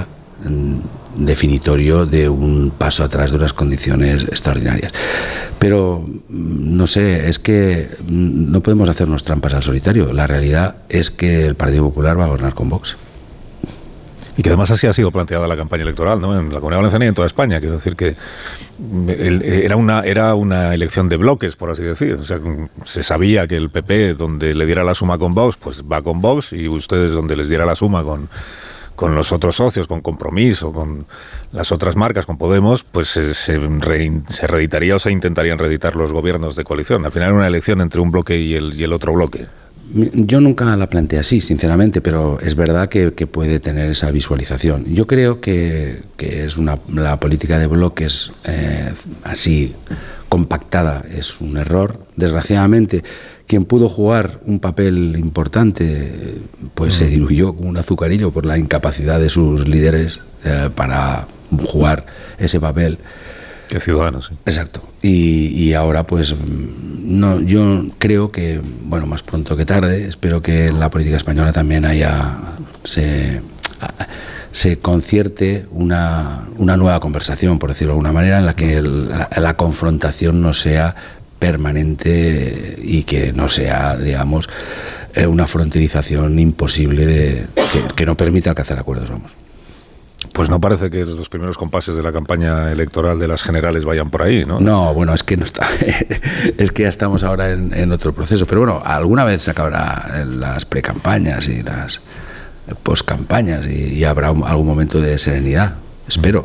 definitorio de un paso atrás de unas condiciones extraordinarias. Pero, no sé, es que no podemos hacernos trampas al solitario. La realidad es que el Partido Popular va a gobernar con Vox. Y que además así ha sido planteada la campaña electoral, ¿no? En la Comunidad Valenciana y en toda España. Quiero decir que el, era una era una elección de bloques, por así decir. O sea, se sabía que el P P, donde le diera la suma con Vox, pues va con Vox, y ustedes, donde les diera la suma con, con los otros socios, con Compromís o con las otras marcas, con Podemos, pues se, se, re, se reeditaría o se intentarían reeditar los gobiernos de coalición. Al final era una elección entre un bloque y el, y el otro bloque. Yo nunca la planteé así, sinceramente, pero es verdad que, que puede tener esa visualización. Yo creo que, que es una la política de bloques eh, así compactada es un error. Desgraciadamente, quien pudo jugar un papel importante pues mm. se diluyó como un azucarillo por la incapacidad de sus líderes eh, para jugar ese papel. Que ciudadanos, sí. Exacto. Y, y ahora, pues, no, yo creo que, bueno, más pronto que tarde, espero que en la política española también haya, se, se concierte una, una nueva conversación, por decirlo de alguna manera, en la que el, la, la confrontación no sea permanente y que no sea, digamos, una fronterización imposible de, que, que no permita alcanzar acuerdos, vamos. Pues no parece que los primeros compases de la campaña electoral de las generales vayan por ahí, ¿no? No, bueno, es que no está, es que ya estamos ahora en, en otro proceso, pero bueno, alguna vez se acabará las precampañas y las poscampañas y, y habrá un, algún momento de serenidad, espero.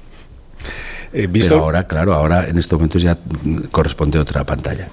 Eh, visto... Pero ahora, claro, ahora en estos momentos ya corresponde otra pantalla.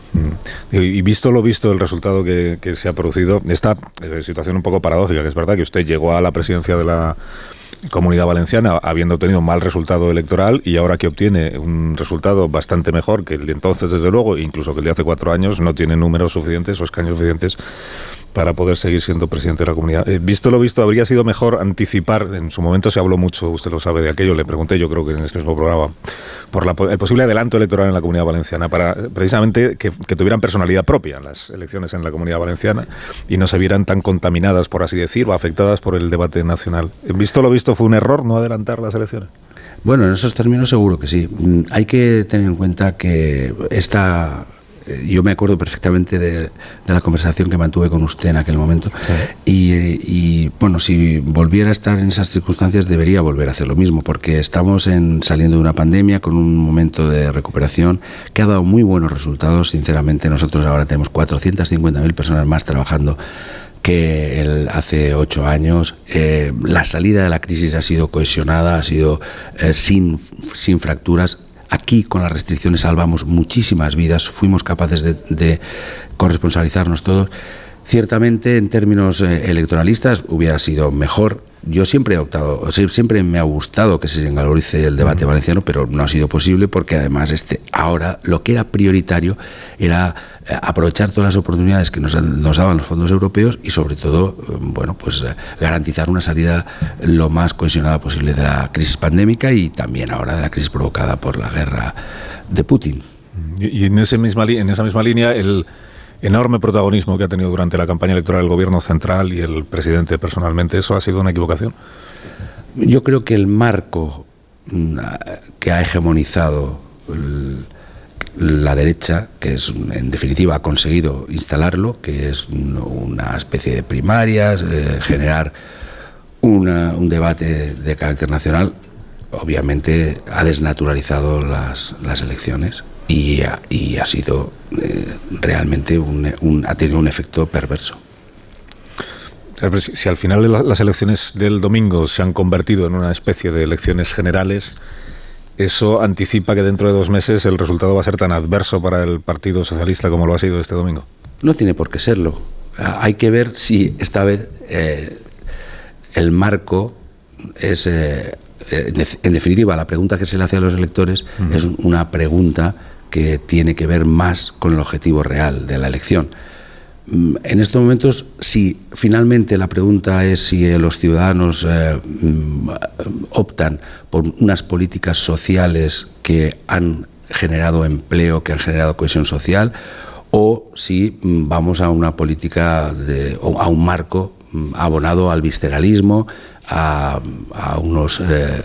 Y visto lo visto, el resultado que, que se ha producido, esta eh, situación un poco paradójica, que es verdad que usted llegó a la presidencia de la Comunidad Valenciana habiendo obtenido un mal resultado electoral, y ahora que obtiene un resultado bastante mejor que el de entonces, desde luego, incluso que el de hace cuatro años, no tiene números suficientes o escaños suficientes para poder seguir siendo presidente de la comunidad. Eh, visto lo visto, habría sido mejor anticipar, en su momento se habló mucho, usted lo sabe, de aquello, le pregunté, yo creo que en este mismo programa, por la, el posible adelanto electoral en la Comunidad Valenciana, para precisamente que, que tuvieran personalidad propia las elecciones en la Comunidad Valenciana y no se vieran tan contaminadas, por así decir, o afectadas por el debate nacional. Visto lo visto, ¿fue un error no adelantar las elecciones? Bueno, en esos términos seguro que sí. Hay que tener en cuenta que esta... Yo me acuerdo perfectamente de, de la conversación que mantuve con usted en aquel momento, sí. y, y bueno, si volviera a estar en esas circunstancias debería volver a hacer lo mismo, porque estamos en, saliendo de una pandemia con un momento de recuperación que ha dado muy buenos resultados. Sinceramente, nosotros ahora tenemos cuatrocientas cincuenta mil personas más trabajando que el, hace ocho años. Eh, la salida de la crisis ha sido cohesionada, ha sido eh, sin, sin fracturas. Aquí, con las restricciones, salvamos muchísimas vidas, fuimos capaces de, de corresponsabilizarnos todos. Ciertamente, en términos eh, electoralistas, hubiera sido mejor. Yo siempre he optado, o sea, siempre me ha gustado que se envalorice el debate uh-huh. valenciano, pero no ha sido posible porque además este ahora lo que era prioritario era eh, aprovechar todas las oportunidades que nos, nos daban los fondos europeos y sobre todo, eh, bueno, pues eh, garantizar una salida lo más cohesionada posible de la crisis pandémica y también ahora de la crisis provocada por la guerra de Putin. Y, y en, ese misma, en esa misma línea, el enorme protagonismo que ha tenido durante la campaña electoral el gobierno central y el presidente personalmente, ¿eso ha sido una equivocación? Yo creo que el marco que ha hegemonizado el, la derecha, que es en definitiva ha conseguido instalarlo, que es una especie de primarias, eh, generar una, un debate de carácter nacional, obviamente ha desnaturalizado las, las elecciones. Y ha, y ha sido eh, realmente un, un, ha tenido un efecto perverso. Si, si al final de la, las elecciones del domingo se han convertido en una especie de elecciones generales, ¿eso anticipa que dentro de dos meses el resultado va a ser tan adverso para el Partido Socialista como lo ha sido este domingo? No tiene por qué serlo. Hay que ver si esta vez eh, el marco es... Eh, en definitiva, la pregunta que se le hace a los electores uh-huh. es una pregunta que tiene que ver más con el objetivo real de la elección. En estos momentos, si finalmente la pregunta es si los ciudadanos eh, optan por unas políticas sociales que han generado empleo, que han generado cohesión social, o si vamos a una política, de, o a un marco abonado al visceralismo, a, a unos eh,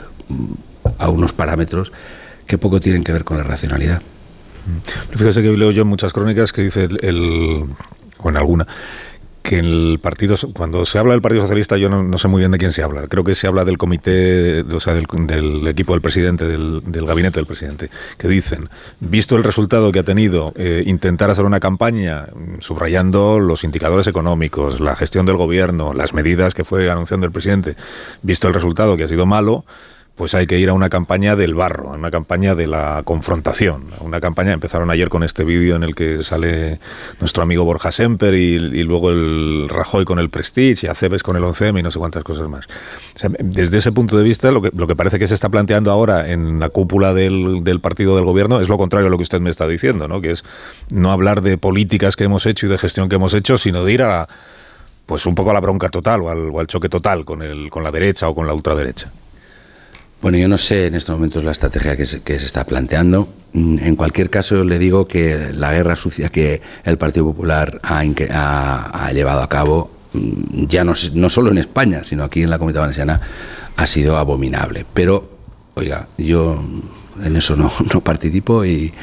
a unos parámetros que poco tienen que ver con la racionalidad. Pero fíjese que leo yo en muchas crónicas que dice el, el o en alguna que el partido, cuando se habla del Partido Socialista, yo no, no sé muy bien de quién se habla. Creo que se habla del comité, o sea, del, del equipo del presidente, del, del gabinete del presidente, que dicen, visto el resultado que ha tenido, eh, intentar hacer una campaña subrayando los indicadores económicos, la gestión del gobierno, las medidas que fue anunciando el presidente, visto el resultado que ha sido malo, pues hay que ir a una campaña del barro, a una campaña de la confrontación, a una campaña, empezaron ayer con este vídeo en el que sale nuestro amigo Borja Semper y, y luego el Rajoy con el Prestige y Acebes con el once eme y no sé cuántas cosas más. O sea, desde ese punto de vista, lo que, lo que parece que se está planteando ahora en la cúpula del, del partido del gobierno es lo contrario a lo que usted me está diciendo, ¿no? Que es no hablar de políticas que hemos hecho y de gestión que hemos hecho, sino de ir a, pues un poco a la bronca total o al, o al choque total con, el, con la derecha o con la ultraderecha. Bueno, yo no sé en estos momentos la estrategia que se, que se está planteando. En cualquier caso, le digo que la guerra sucia que el Partido Popular ha, ha, ha llevado a cabo, ya no, no solo en España, sino aquí en la Comunidad Valenciana, ha sido abominable. Pero, oiga, yo en eso no, no participo y,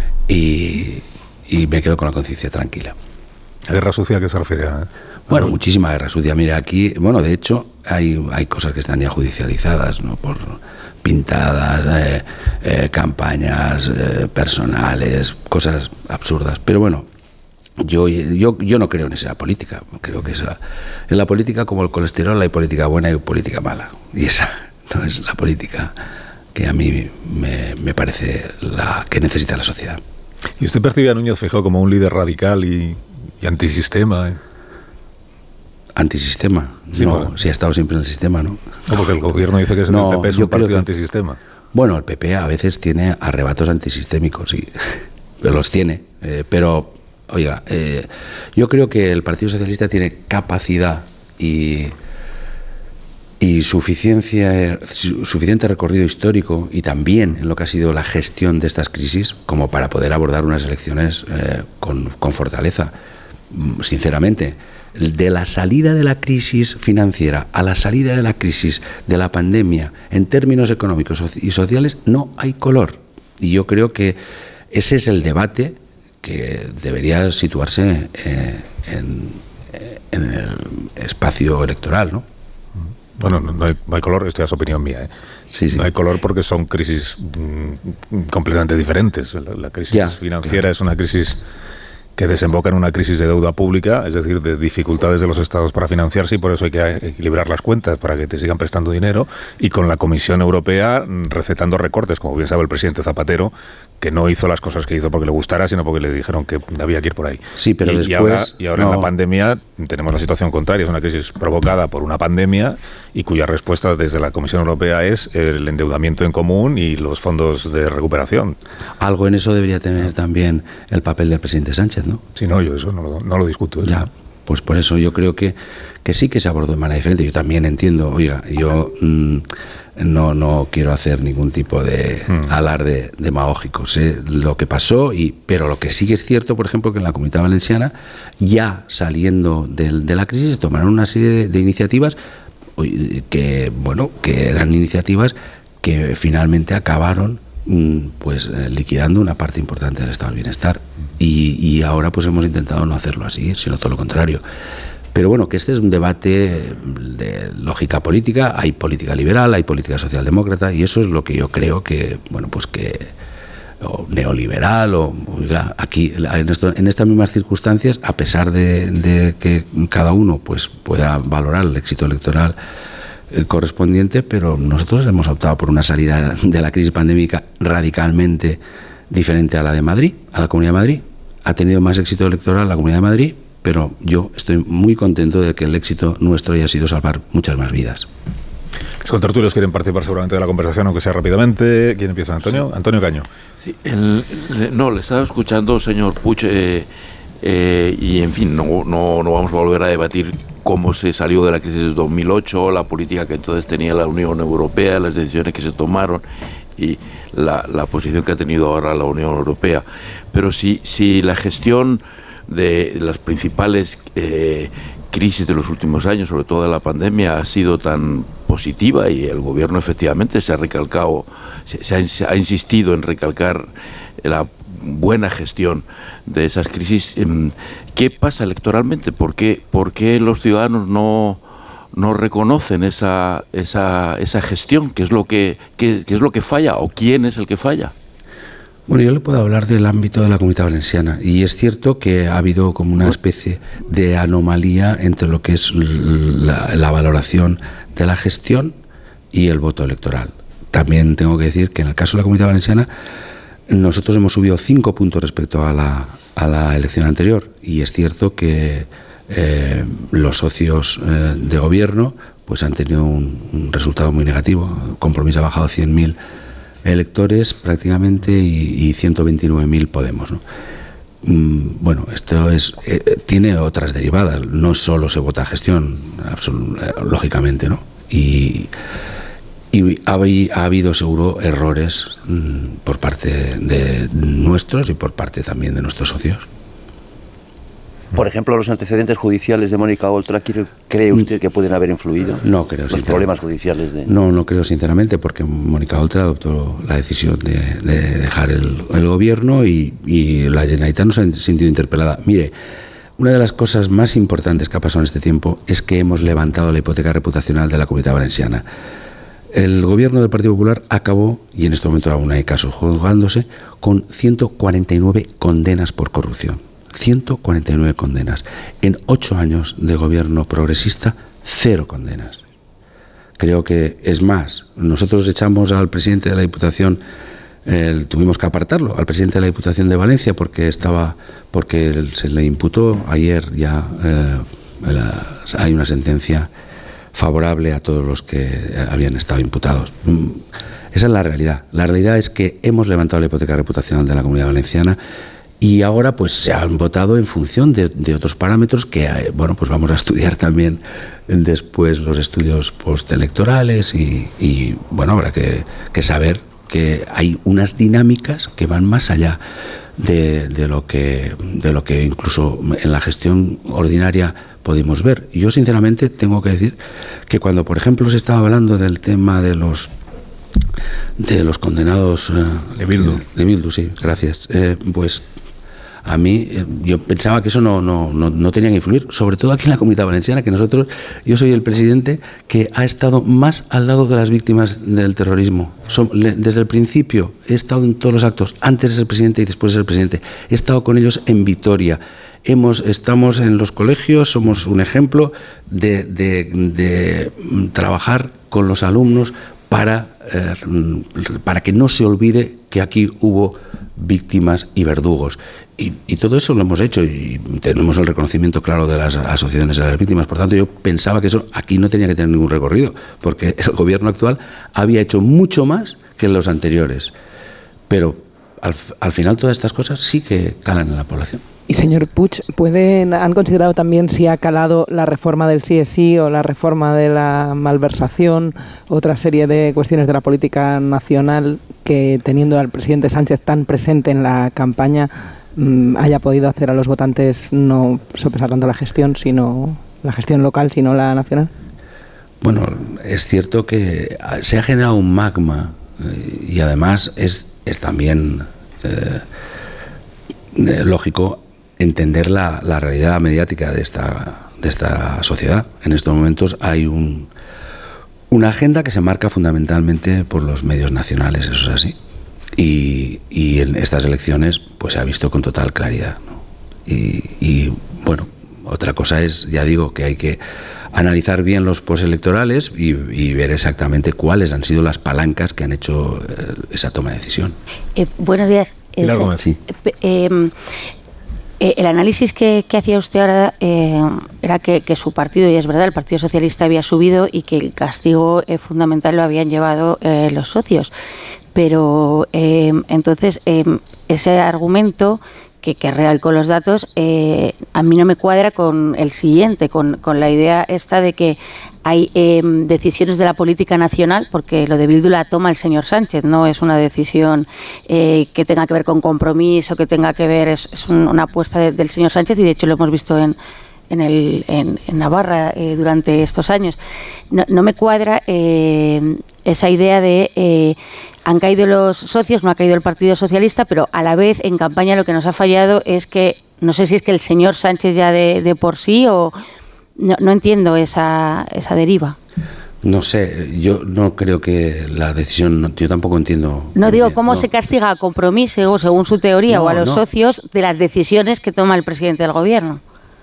y, y me quedo con la conciencia tranquila. ¿La guerra sucia a qué se refiere? ¿Eh? Bueno, muchísima guerra sucia. Mira, aquí, bueno, de hecho, hay, hay cosas que están ya judicializadas, ¿no? Por pintadas, eh, eh, campañas eh, personales, cosas absurdas. Pero bueno, yo, yo, yo no creo en esa política. Creo que esa, en la política, como el colesterol, hay política buena y política mala. Y esa no es la política que a mí me, me parece la que necesita la sociedad. ¿Y usted percibe a Núñez Feijóo como un líder radical y, y antisistema? ¿eh? Antisistema, sí, no, no, si ha estado siempre en el sistema, ¿no? No, porque el gobierno dice que es no, el P P es un partido que, antisistema. Bueno, el P P a veces tiene arrebatos antisistémicos, sí, pero los tiene, eh, pero, oiga, eh, yo creo que el Partido Socialista tiene capacidad y, y suficiencia, suficiente recorrido histórico y también en lo que ha sido la gestión de estas crisis como para poder abordar unas elecciones eh, con, con fortaleza, sinceramente. De la salida de la crisis financiera a la salida de la crisis de la pandemia en términos económicos y sociales no hay color. Y yo creo que ese es el debate que debería situarse eh, en, en el espacio electoral, ¿no? Bueno, no hay, no hay color, esto ya es opinión mía, ¿eh? Sí, sí. No hay color porque son crisis mmm, completamente diferentes. La, la crisis ya, financiera claro. es una crisis que desemboca en una crisis de deuda pública, es decir, de dificultades de los estados para financiarse, y por eso hay que equilibrar las cuentas para que te sigan prestando dinero, y con la Comisión Europea recetando recortes, como bien sabe el presidente Zapatero, que no hizo las cosas que hizo porque le gustara, sino porque le dijeron que había que ir por ahí. Sí, pero y, después... Y ahora, y ahora no. en la pandemia tenemos la situación contraria, es una crisis provocada por una pandemia y cuya respuesta desde la Comisión Europea es el endeudamiento en común y los fondos de recuperación. Algo en eso debería tener también el papel del presidente Sánchez, ¿no? Sí, no, yo eso no lo, no lo discuto. Ya, pues por eso yo creo que, que sí que se abordó de manera diferente. Yo también entiendo, oiga, yo mmm, no, no quiero hacer ningún tipo de hmm. alarde demagógico. Sé lo que pasó, y pero lo que sí que es cierto, por ejemplo, que en la Comunidad Valenciana, ya saliendo de, de la crisis, tomaron una serie de, de iniciativas que, bueno, que eran iniciativas que finalmente acabaron pues eh, liquidando una parte importante del estado del bienestar, y, y ahora pues hemos intentado no hacerlo así, sino todo lo contrario. Pero bueno, que este es un debate de lógica política. Hay política liberal, hay política socialdemócrata, y eso es lo que yo creo que, bueno, pues que o neoliberal o oiga, aquí en, esto, en estas mismas circunstancias, a pesar de, de que cada uno pues pueda valorar el éxito electoral correspondiente, pero nosotros hemos optado por una salida de la crisis pandémica radicalmente diferente a la de Madrid, a la Comunidad de Madrid. Ha tenido más éxito electoral la Comunidad de Madrid, pero yo estoy muy contento de que el éxito nuestro haya sido salvar muchas más vidas. Los contertulios quieren participar seguramente de la conversación, aunque sea rápidamente. ¿Quién empieza? ¿Antonio? Sí. Antonio Caño. Sí, el, el, no, le estaba escuchando, señor Puig, eh, eh, y en fin, no, no, no vamos a volver a debatir cómo se salió de la crisis de dos mil ocho, la política que entonces tenía la Unión Europea, las decisiones que se tomaron y la, la posición que ha tenido ahora la Unión Europea. Pero si, si la gestión de las principales eh, crisis de los últimos años, sobre todo de la pandemia, ha sido tan positiva, y el gobierno efectivamente se ha recalcado, se, se, ha, se ha insistido en recalcar la buena gestión de esas crisis. ¿Qué pasa electoralmente? ¿Por qué, por qué los ciudadanos no, no reconocen esa, esa, esa gestión? ¿Qué es lo que, qué, qué es lo que falla o quién es el que falla? Bueno, yo le puedo hablar del ámbito de la Comunidad Valenciana, y es cierto que ha habido como una especie de anomalía entre lo que es la, la valoración de la gestión y el voto electoral. También tengo que decir que en el caso de la Comunidad Valenciana nosotros hemos subido cinco puntos respecto a la, a la elección anterior, y es cierto que eh, los socios eh, de gobierno pues han tenido un, un resultado muy negativo. Compromís ha bajado cien mil electores prácticamente y, y ciento veintinueve mil Podemos, ¿no? Mm, bueno, esto es eh, tiene otras derivadas, no solo se vota gestión, lógicamente, ¿no? Y, y ha, ha habido seguro errores mm, por parte de nuestros y por parte también de nuestros socios. Por ejemplo, los antecedentes judiciales de Mónica Oltra, ¿cree usted que pueden haber influido? No creo. Los problemas judiciales de... No, no creo sinceramente, porque Mónica Oltra adoptó la decisión de, de dejar el, el gobierno y, y la Generalitat no se ha sentido interpelada. Mire, una de las cosas más importantes que ha pasado en este tiempo es que hemos levantado la hipoteca reputacional de la Comunidad Valenciana. El gobierno del Partido Popular acabó, y en este momento aún hay casos juzgándose, con ciento cuarenta y nueve condenas por corrupción. ciento cuarenta y nueve condenas. En ocho años de gobierno progresista, cero condenas. Creo que es más. Nosotros echamos al presidente de la Diputación, eh, tuvimos que apartarlo, al presidente de la Diputación de Valencia, porque estaba, porque se le imputó ayer ya, eh, la, hay una sentencia favorable a todos los que habían estado imputados. Esa es la realidad. La realidad es que hemos levantado la hipoteca reputacional de la Comunidad Valenciana. Y ahora pues se han votado en función de, de otros parámetros que, bueno, pues vamos a estudiar también después los estudios postelectorales y, y bueno, habrá que, que saber que hay unas dinámicas que van más allá de, de, lo que, de lo que incluso en la gestión ordinaria podemos ver. Y yo sinceramente tengo que decir que cuando, por ejemplo, se estaba hablando del tema de los de los condenados eh, de Bildu, de Bildu, sí, gracias, eh, pues a mí, yo pensaba que eso no, no, no, no tenía que influir, sobre todo aquí en la Comunidad Valenciana, que nosotros, yo soy el presidente que ha estado más al lado de las víctimas del terrorismo. Son, le, desde el principio he estado en todos los actos, antes de ser presidente y después de ser presidente. He estado con ellos en Vitoria. Hemos, estamos en los colegios, somos un ejemplo de, de, de trabajar con los alumnos para, eh, para que no se olvide que aquí hubo víctimas y verdugos. Y, y todo eso lo hemos hecho y tenemos el reconocimiento claro de las asociaciones de las víctimas. Por tanto, yo pensaba que eso aquí no tenía que tener ningún recorrido, porque el gobierno actual había hecho mucho más que los anteriores. Pero al, al final todas estas cosas sí que calan en la población. Y señor Puig, ¿pueden, ¿han considerado también si ha calado la reforma del sí es sí o la reforma de la malversación, otra serie de cuestiones de la política nacional que, teniendo al presidente Sánchez tan presente en la campaña, mmm, haya podido hacer a los votantes no sopesar tanto la gestión, sino la gestión local, sino la nacional? Bueno, es cierto que se ha generado un magma eh, y además es, es también eh, eh, lógico entender la, la realidad mediática de esta, de esta sociedad. En estos momentos hay un, una agenda que se marca fundamentalmente por los medios nacionales, eso es así. Y, y en estas elecciones pues se ha visto con total claridad, ¿no? Y, y bueno, otra cosa es, ya digo, que hay que analizar bien los postelectorales y, y ver exactamente cuáles han sido las palancas que han hecho eh, esa toma de decisión. Eh, buenos días. Eh, sí. eh, eh, Eh, el análisis que, que hacía usted ahora eh, era que, que su partido, y es verdad, el Partido Socialista había subido y que el castigo eh, fundamental lo habían llevado eh, los socios. Pero eh, entonces eh, ese argumento que, que es real con los datos, eh, a mí no me cuadra con el siguiente, con, con la idea esta de que hay eh, decisiones de la política nacional, porque lo de Bildu la toma el señor Sánchez, no es una decisión eh, que tenga que ver con compromiso, que tenga que ver, es, es un, una apuesta de, del señor Sánchez, y de hecho lo hemos visto en, en, el, en, en Navarra eh, durante estos años. No, no me cuadra eh, esa idea de eh, han caído los socios, no ha caído el Partido Socialista, pero a la vez en campaña lo que nos ha fallado es que, no sé si es que el señor Sánchez ya de, de por sí o no, no entiendo esa, esa deriva. No sé, yo no creo que la decisión, yo tampoco entiendo. No digo cómo no. se castiga a Compromiso, o según su teoría, no, o a los no. socios de las decisiones que toma el presidente del gobierno.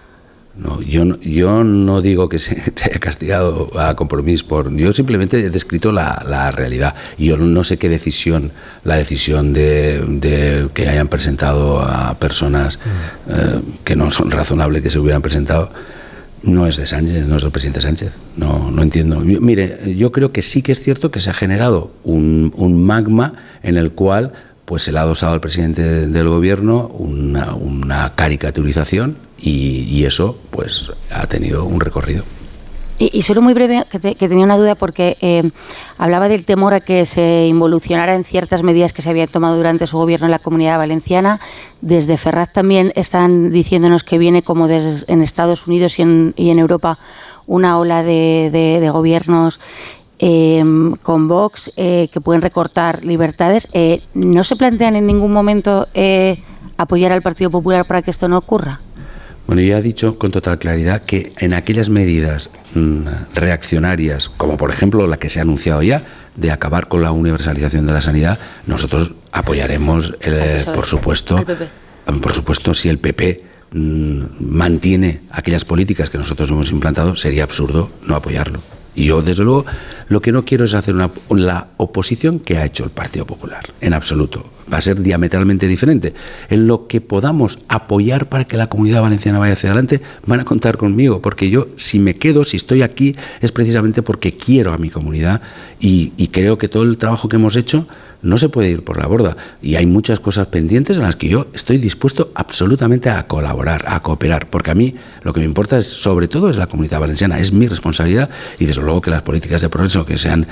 No, yo no, yo no digo que se te haya castigado a Compromís por. Yo simplemente he descrito la, la realidad. Y yo no sé qué decisión, la decisión de, de que hayan presentado a personas eh, que no son razonables que se hubieran presentado, no es de Sánchez, no es del presidente Sánchez. No, no entiendo. Yo, mire, yo creo que sí que es cierto que se ha generado un, un magma en el cual pues se le ha adosado al presidente del gobierno una, una caricaturización y, y eso pues ha tenido un recorrido. Y, y solo muy breve, que, te, que tenía una duda porque eh, hablaba del temor a que se involucionara en ciertas medidas que se habían tomado durante su gobierno en la Comunidad Valenciana. Desde Ferraz también están diciéndonos que viene como desde, en Estados Unidos y en, y en Europa una ola de, de, de gobiernos Eh, con Vox, eh, que pueden recortar libertades. Eh, ¿No se plantean en ningún momento eh, apoyar al Partido Popular para que esto no ocurra? Bueno, ya he dicho con total claridad que en aquellas medidas mmm, reaccionarias, como por ejemplo la que se ha anunciado ya, de acabar con la universalización de la sanidad, nosotros apoyaremos, eh, por supuesto, por supuesto, si el P P mmm, mantiene aquellas políticas que nosotros hemos implantado, sería absurdo no apoyarlo. Y yo, desde luego, lo que no quiero es hacer una, la oposición que ha hecho el Partido Popular, en absoluto. Va a ser diametralmente diferente. En lo que podamos apoyar para que la Comunidad Valenciana vaya hacia adelante, van a contar conmigo, porque yo, si me quedo, si estoy aquí, es precisamente porque quiero a mi comunidad y, y creo que todo el trabajo que hemos hecho no se puede ir por la borda. Y hay muchas cosas pendientes en las que yo estoy dispuesto absolutamente a colaborar, a cooperar, porque a mí lo que me importa es, sobre todo, es la Comunidad Valenciana, es mi responsabilidad y desde luego que las políticas de progreso que se han,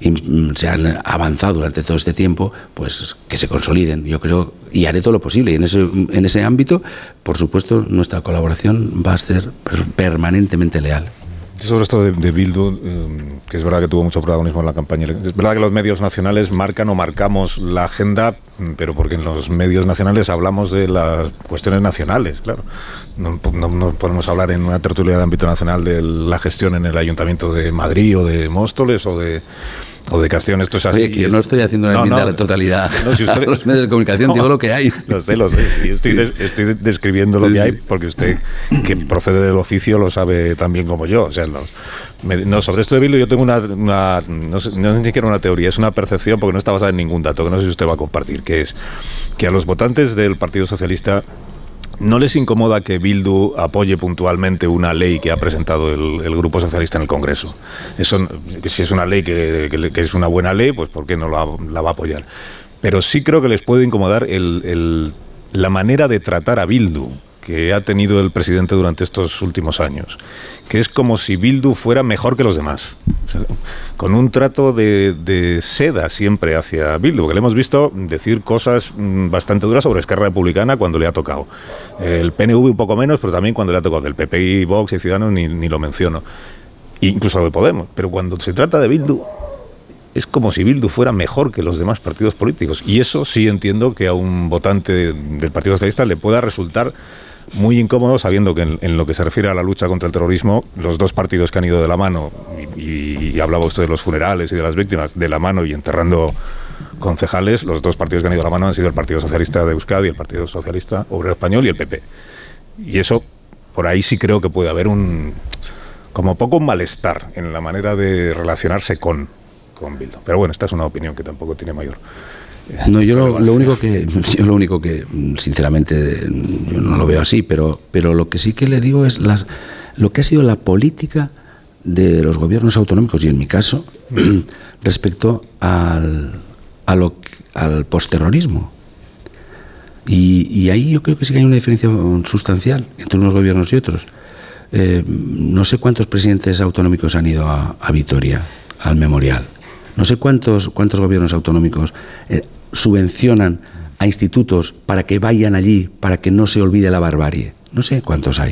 se han avanzado durante todo este tiempo, pues que se consoliden, yo creo, y haré todo lo posible. Y en ese, en ese ámbito, por supuesto, nuestra colaboración va a ser permanentemente leal. Sobre esto de, de Bildu, eh, que es verdad que tuvo mucho protagonismo en la campaña. Es verdad que los medios nacionales marcan o marcamos la agenda, pero porque en los medios nacionales hablamos de las cuestiones nacionales, claro. No, no, no podemos hablar en una tertulia de ámbito nacional de la gestión en el Ayuntamiento de Madrid o de Móstoles o de o de Castellón. Esto es así. Oye, que yo no estoy haciendo una no, enmienda no, a la totalidad no, si usted, a los medios de comunicación, no, digo lo que hay. Lo sé, lo sé. Y estoy, des, estoy describiendo lo que hay porque usted, que procede del oficio, lo sabe tan bien como yo. O sea, los, me, no, sobre esto de Bildu yo tengo una, una no, sé, no es ni siquiera una teoría, es una percepción porque no está basada en ningún dato, que no sé si usted va a compartir, que es que a los votantes del Partido Socialista ¿no les incomoda que Bildu apoye puntualmente una ley que ha presentado el, el Grupo Socialista en el Congreso? Eso, si es una ley que, que, que es una buena ley, pues ¿por qué no la, la va a apoyar? Pero sí creo que les puede incomodar el, el, la manera de tratar a Bildu que ha tenido el presidente durante estos últimos años, que es como si Bildu fuera mejor que los demás, o sea, con un trato de, de seda siempre hacia Bildu, que le hemos visto decir cosas bastante duras sobre Esquerra Republicana cuando le ha tocado, el P N V un poco menos, pero también cuando le ha tocado, del P P I, Vox y Ciudadanos ni, ni lo menciono, incluso de Podemos, pero cuando se trata de Bildu es como si Bildu fuera mejor que los demás partidos políticos, y eso sí entiendo que a un votante del Partido Socialista le pueda resultar muy incómodo, sabiendo que en, en lo que se refiere a la lucha contra el terrorismo, los dos partidos que han ido de la mano, y, y, y hablaba usted de los funerales y de las víctimas, de la mano y enterrando concejales, los dos partidos que han ido de la mano han sido el Partido Socialista de Euskadi, el Partido Socialista Obrero Español y el P P. Y eso, por ahí sí creo que puede haber un, como poco un malestar en la manera de relacionarse con, con Bildu. Pero bueno, esta es una opinión que tampoco tiene mayor. No, yo lo, lo único que, yo lo único que, sinceramente, yo no lo veo así, pero, pero lo que sí que le digo es las, lo que ha sido la política de los gobiernos autonómicos y en mi caso respecto al, a lo, al postterrorismo. Y, y ahí yo creo que sí que hay una diferencia sustancial entre unos gobiernos y otros. Eh, no sé cuántos presidentes autonómicos han ido a, a Vitoria, al memorial. No sé cuántos, cuántos gobiernos autonómicos eh, subvencionan a institutos para que vayan allí, para que no se olvide la barbarie. No sé cuántos hay.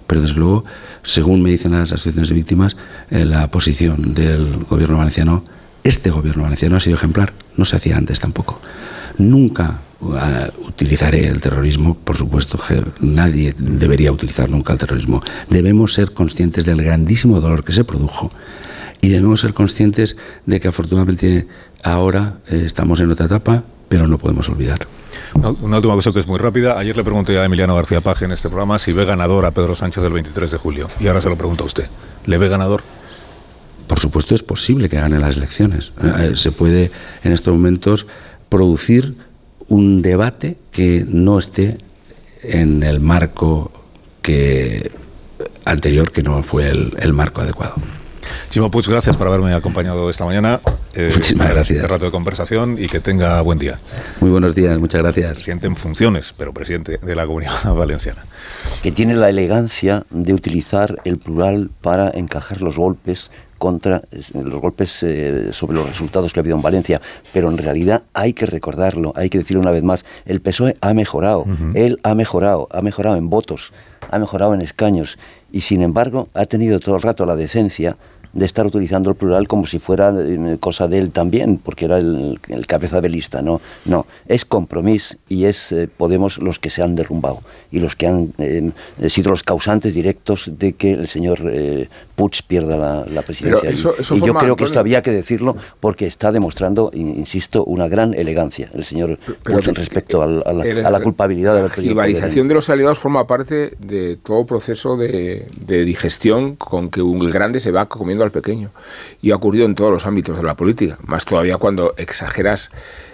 Pero desde luego, según me dicen las asociaciones de víctimas, eh, la posición del gobierno valenciano, este gobierno valenciano ha sido ejemplar, no se hacía antes tampoco. Nunca uh, utilizaré el terrorismo, por supuesto, nadie debería utilizar nunca el terrorismo. Debemos ser conscientes del grandísimo dolor que se produjo y debemos ser conscientes de que afortunadamente ahora eh, estamos en otra etapa, pero no podemos olvidar. Una, una última cosa que es muy rápida. Ayer le pregunté a Emiliano García Paje en este programa si ve ganador a Pedro Sánchez el veintitrés de julio. Y ahora se lo pregunto a usted. ¿Le ve ganador? Por supuesto es posible que gane las elecciones. Eh, se puede en estos momentos producir un debate que no esté en el marco que anterior, que no fue el, el marco adecuado. Chimo Puig, gracias por haberme acompañado esta mañana. Eh, Muchísimas gracias. Este rato de conversación y que tenga buen día. Muy buenos días, muchas gracias. Presidente en funciones, pero presidente de la Comunidad Valenciana. Que tiene la elegancia de utilizar el plural para encajar los golpes contra los golpes eh, sobre los resultados que ha habido en Valencia, pero en realidad hay que recordarlo, hay que decirlo una vez más, el P S O E ha mejorado, uh-huh. él ha mejorado, ha mejorado en votos, ha mejorado en escaños, y sin embargo ha tenido todo el rato la decencia de estar utilizando el plural como si fuera eh, cosa de él también, porque era el, el cabeza de lista. No, no, es Compromís y es eh, Podemos los que se han derrumbado y los que han eh, sido los causantes directos de que el señor eh, Puig pierda la, la presidencia. Eso, eso y yo forma, creo que Antonio, esto había que decirlo porque está demostrando, insisto, una gran elegancia el señor Puig que, respecto a la, a, la, el, a la culpabilidad de haber perdido. La rivalización de los aliados forma parte de todo proceso de, de digestión con que un grande se va comiendo al pequeño, y ha ocurrido en todos los ámbitos de la política, más todavía cuando exageras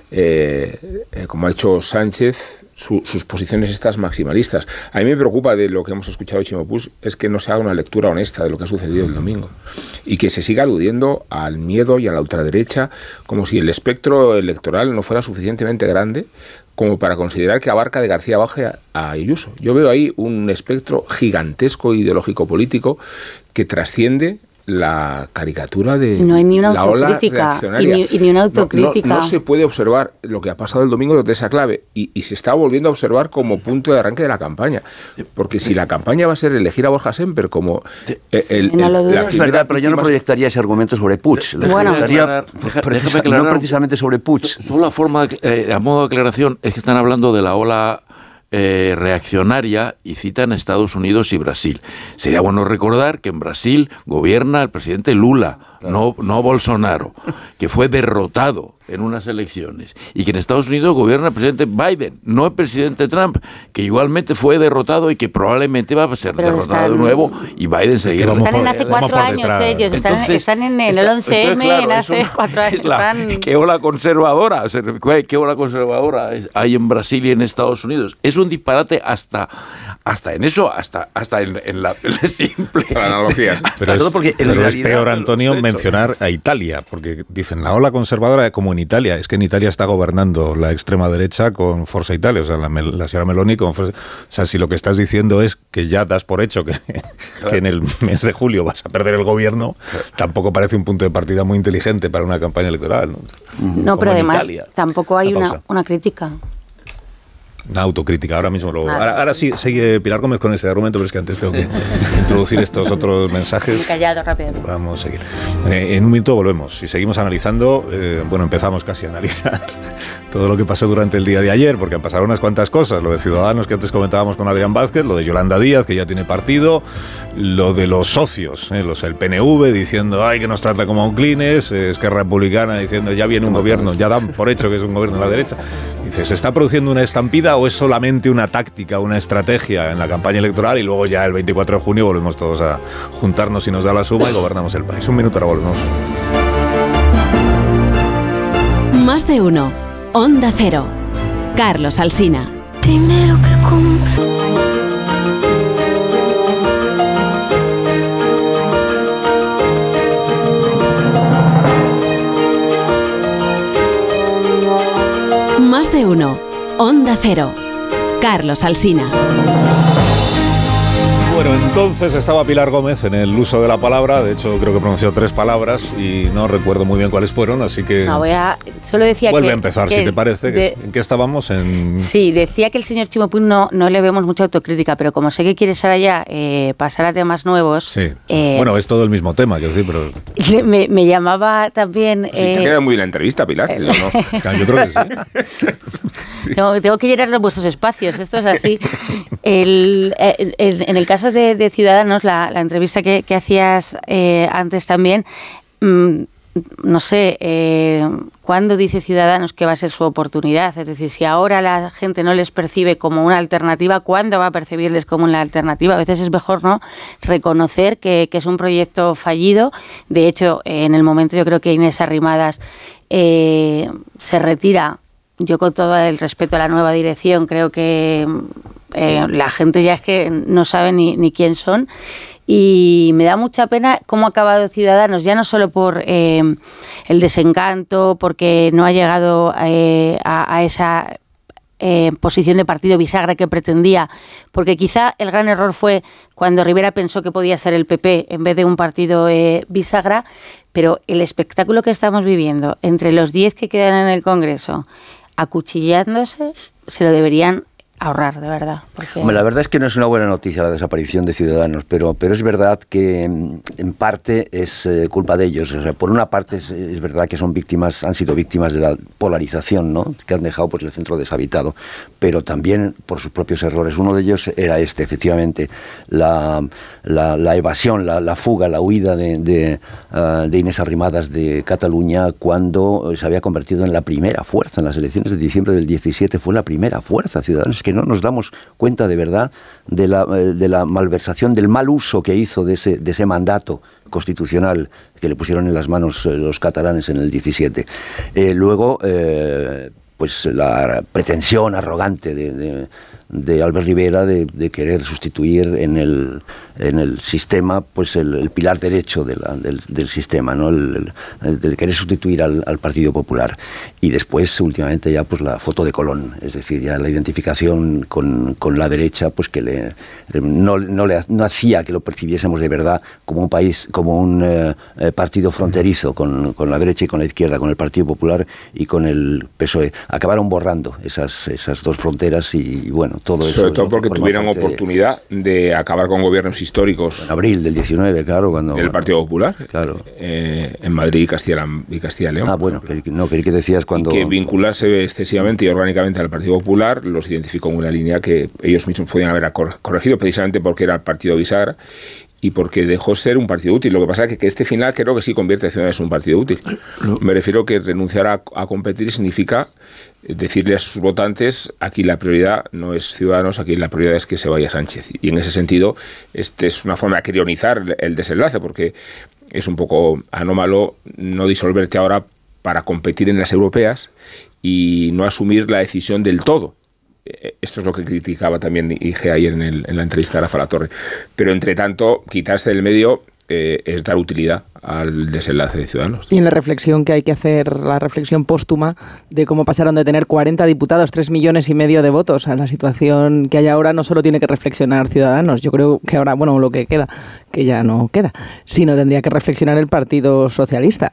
eh, eh, como ha hecho Sánchez su, sus posiciones estas maximalistas. A mí me preocupa de lo que hemos escuchado de Chimo Puig es que no se haga una lectura honesta de lo que ha sucedido el domingo y que se siga aludiendo al miedo y a la ultraderecha como si el espectro electoral no fuera suficientemente grande como para considerar que abarca de García Baje a, a Ayuso. Yo veo ahí un espectro gigantesco ideológico político que trasciende la caricatura de no hay ni una la ola autocrítica, reaccionaria. Y ni, y ni una autocrítica. No, no, no se puede observar lo que ha pasado el domingo desde esa clave y, y se está volviendo a observar como punto de arranque de la campaña. Porque si la campaña va a ser elegir a Borja Semper como el, el, no el, la es verdad, pero yo no proyectaría ese argumento sobre Puig. Lo bueno, proyectaría precisa, aclarar, no precisamente sobre Puig. Solo la forma, eh, a modo de aclaración, es que están hablando de la ola Eh, reaccionaria y citan Estados Unidos y Brasil. Sería bueno recordar que en Brasil gobierna el presidente Lula, claro. no, no Bolsonaro, que fue derrotado en unas elecciones, y que en Estados Unidos gobierna el presidente Biden, no el presidente Trump, que igualmente fue derrotado y que probablemente va a ser Pero derrotado están, de nuevo, y Biden seguirá. Están en hace cuatro años ellos, están, entonces, están en el está, once eme, claro, en hace es, cuatro años. La, están... ¿Qué ola conservadora? ¿Qué ola conservadora hay en Brasil y en Estados Unidos? Es un disparate hasta, hasta en eso, hasta, hasta en, en la en simple analogía. Pero, es, porque pero realidad, es peor, Antonio, mencionar a Italia, porque dicen la ola conservadora como en Italia. Es que en Italia está gobernando la extrema derecha con Forza Italia, o sea, la, la señora Meloni con Forza. O sea, si lo que estás diciendo es que ya das por hecho que, claro. que en el mes de julio vas a perder el gobierno, claro. tampoco parece un punto de partida muy inteligente para una campaña electoral. No, no como pero además Italia. Tampoco hay una, una crítica. Una autocrítica, ahora mismo lo... Ahora, ahora sí, sigue Pilar Gómez con ese argumento, pero es que antes tengo que introducir estos otros mensajes. Callado, rápido. Vamos a seguir. Eh, en un minuto volvemos. Si seguimos analizando, eh, bueno, empezamos casi a analizar todo lo que pasó durante el día de ayer, porque han pasado unas cuantas cosas. Lo de Ciudadanos, que antes comentábamos con Adrián Vázquez, lo de Yolanda Díaz, que ya tiene partido, lo de los socios, eh, los el P N V diciendo, ay, que nos trata como un clines, eh, Esquerra Republicana diciendo, ya viene un gobierno, ya dan por hecho que es un gobierno de la derecha. Dice, ¿se está produciendo una estampida o es solamente una táctica, una estrategia en la campaña electoral y luego ya el veinticuatro de junio volvemos todos a juntarnos si nos da la suma y gobernamos el país? Un minuto, ahora volvemos. Más de uno. Onda Cero. Carlos Alsina. Dime lo que compro. Más de uno. Onda Cero. Carlos Alsina. Bueno, entonces estaba Pilar Gómez en el uso de la palabra, de hecho creo que pronunció tres palabras y no recuerdo muy bien cuáles fueron, así que no, voy a, solo decía vuelve que, a empezar, que si te parece. De, ¿En qué estábamos? En... Sí, decía que el señor Chimo Puig no, no le vemos mucha autocrítica, pero como sé que quiere ahora ya eh, pasar a temas nuevos... Sí, eh, bueno, es todo el mismo tema, que sí, pero... Me, me llamaba también... Sí, eh, te ha quedado muy bien la entrevista, Pilar. Eh, ¿no? Yo creo que sí. sí. Tengo, tengo que llenar vuestros espacios, esto es así. El, el, el, en el caso de, de Ciudadanos, la, la entrevista que, que hacías eh, antes también, mmm, no sé, eh, ¿cuándo dice Ciudadanos que va a ser su oportunidad? Es decir, si ahora la gente no les percibe como una alternativa, ¿cuándo va a percibirles como una alternativa? A veces es mejor, ¿no?, reconocer que, que es un proyecto fallido. De hecho, en el momento yo creo que Inés Arrimadas eh, se retira. Yo, con todo el respeto a la nueva dirección, creo que eh, la gente ya es que no sabe ni, ni quién son. Y me da mucha pena cómo ha acabado Ciudadanos, ya no solo por eh, el desencanto, porque no ha llegado eh, a, a esa eh, posición de partido bisagra que pretendía, porque quizá el gran error fue cuando Rivera pensó que podía ser el P P en vez de un partido eh, bisagra, pero el espectáculo que estamos viviendo entre los diez que quedan en el Congreso, acuchillándose, se lo deberían ahorrar, de verdad. Porque... Hombre, la verdad es que no es una buena noticia la desaparición de Ciudadanos, pero, pero es verdad que en parte es eh, culpa de ellos. O sea, por una parte es, es verdad que son víctimas, han sido víctimas de la polarización, ¿no?, que han dejado pues el centro deshabitado, pero también por sus propios errores. Uno de ellos era este, efectivamente, la, la, la evasión, la, la fuga, la huida de, de, uh, de Inés Arrimadas de Cataluña cuando se había convertido en la primera fuerza. En las elecciones de diciembre del diecisiete fue la primera fuerza. Ciudadanos, que no nos damos cuenta de verdad de la, de la malversación, del mal uso que hizo de ese, de ese mandato constitucional que le pusieron en las manos los catalanes en el diecisiete. Eh, luego, eh, pues la pretensión arrogante de, de, de Albert Rivera de, de querer sustituir en el, en el sistema pues el, el pilar derecho de la, del, del sistema, ¿no?, el, el, de querer sustituir al, al Partido Popular. Y después, últimamente, ya pues la foto de Colón, es decir, ya la identificación con, con la derecha, pues que le, no, no, le, no hacía que lo percibiésemos de verdad como un país, como un eh, partido fronterizo con, con la derecha y con la izquierda, con el Partido Popular y con el P S O E. Acabaron borrando esas, esas dos fronteras y, y bueno, todo eso. Sobre todo porque tuvieron oportunidad de, de acabar con gobiernos históricos. En abril del diecinueve, claro, cuando... El Partido Popular, claro, eh, en Madrid y Castilla y Castilla y León. Ah, bueno, que, no, que, que decías cuando... Y que vincularse excesivamente y orgánicamente al Partido Popular los identificó en una línea que ellos mismos podían haber corregido, precisamente porque era el partido bisagra y porque dejó ser un partido útil. Lo que pasa es que, que este final creo que sí convierte a Ciudadanos en un partido útil. Me refiero que renunciar a, a competir significa decirle a sus votantes: aquí la prioridad no es Ciudadanos, aquí la prioridad es que se vaya Sánchez. Y en ese sentido, este es una forma de crionizar el desenlace, porque es un poco anómalo no disolverte ahora para competir en las europeas y no asumir la decisión del todo. Esto es lo que criticaba también I G ayer en, el, en la entrevista a Rafa Latorre. Pero, entre tanto, quitarse del medio eh, es dar utilidad al desenlace de Ciudadanos. Y en la reflexión que hay que hacer, la reflexión póstuma de cómo pasaron de tener cuarenta diputados, tres millones y medio de votos a la situación que hay ahora, no solo tiene que reflexionar Ciudadanos, yo creo que ahora, bueno, lo que queda, que ya no queda, sino tendría que reflexionar el Partido Socialista,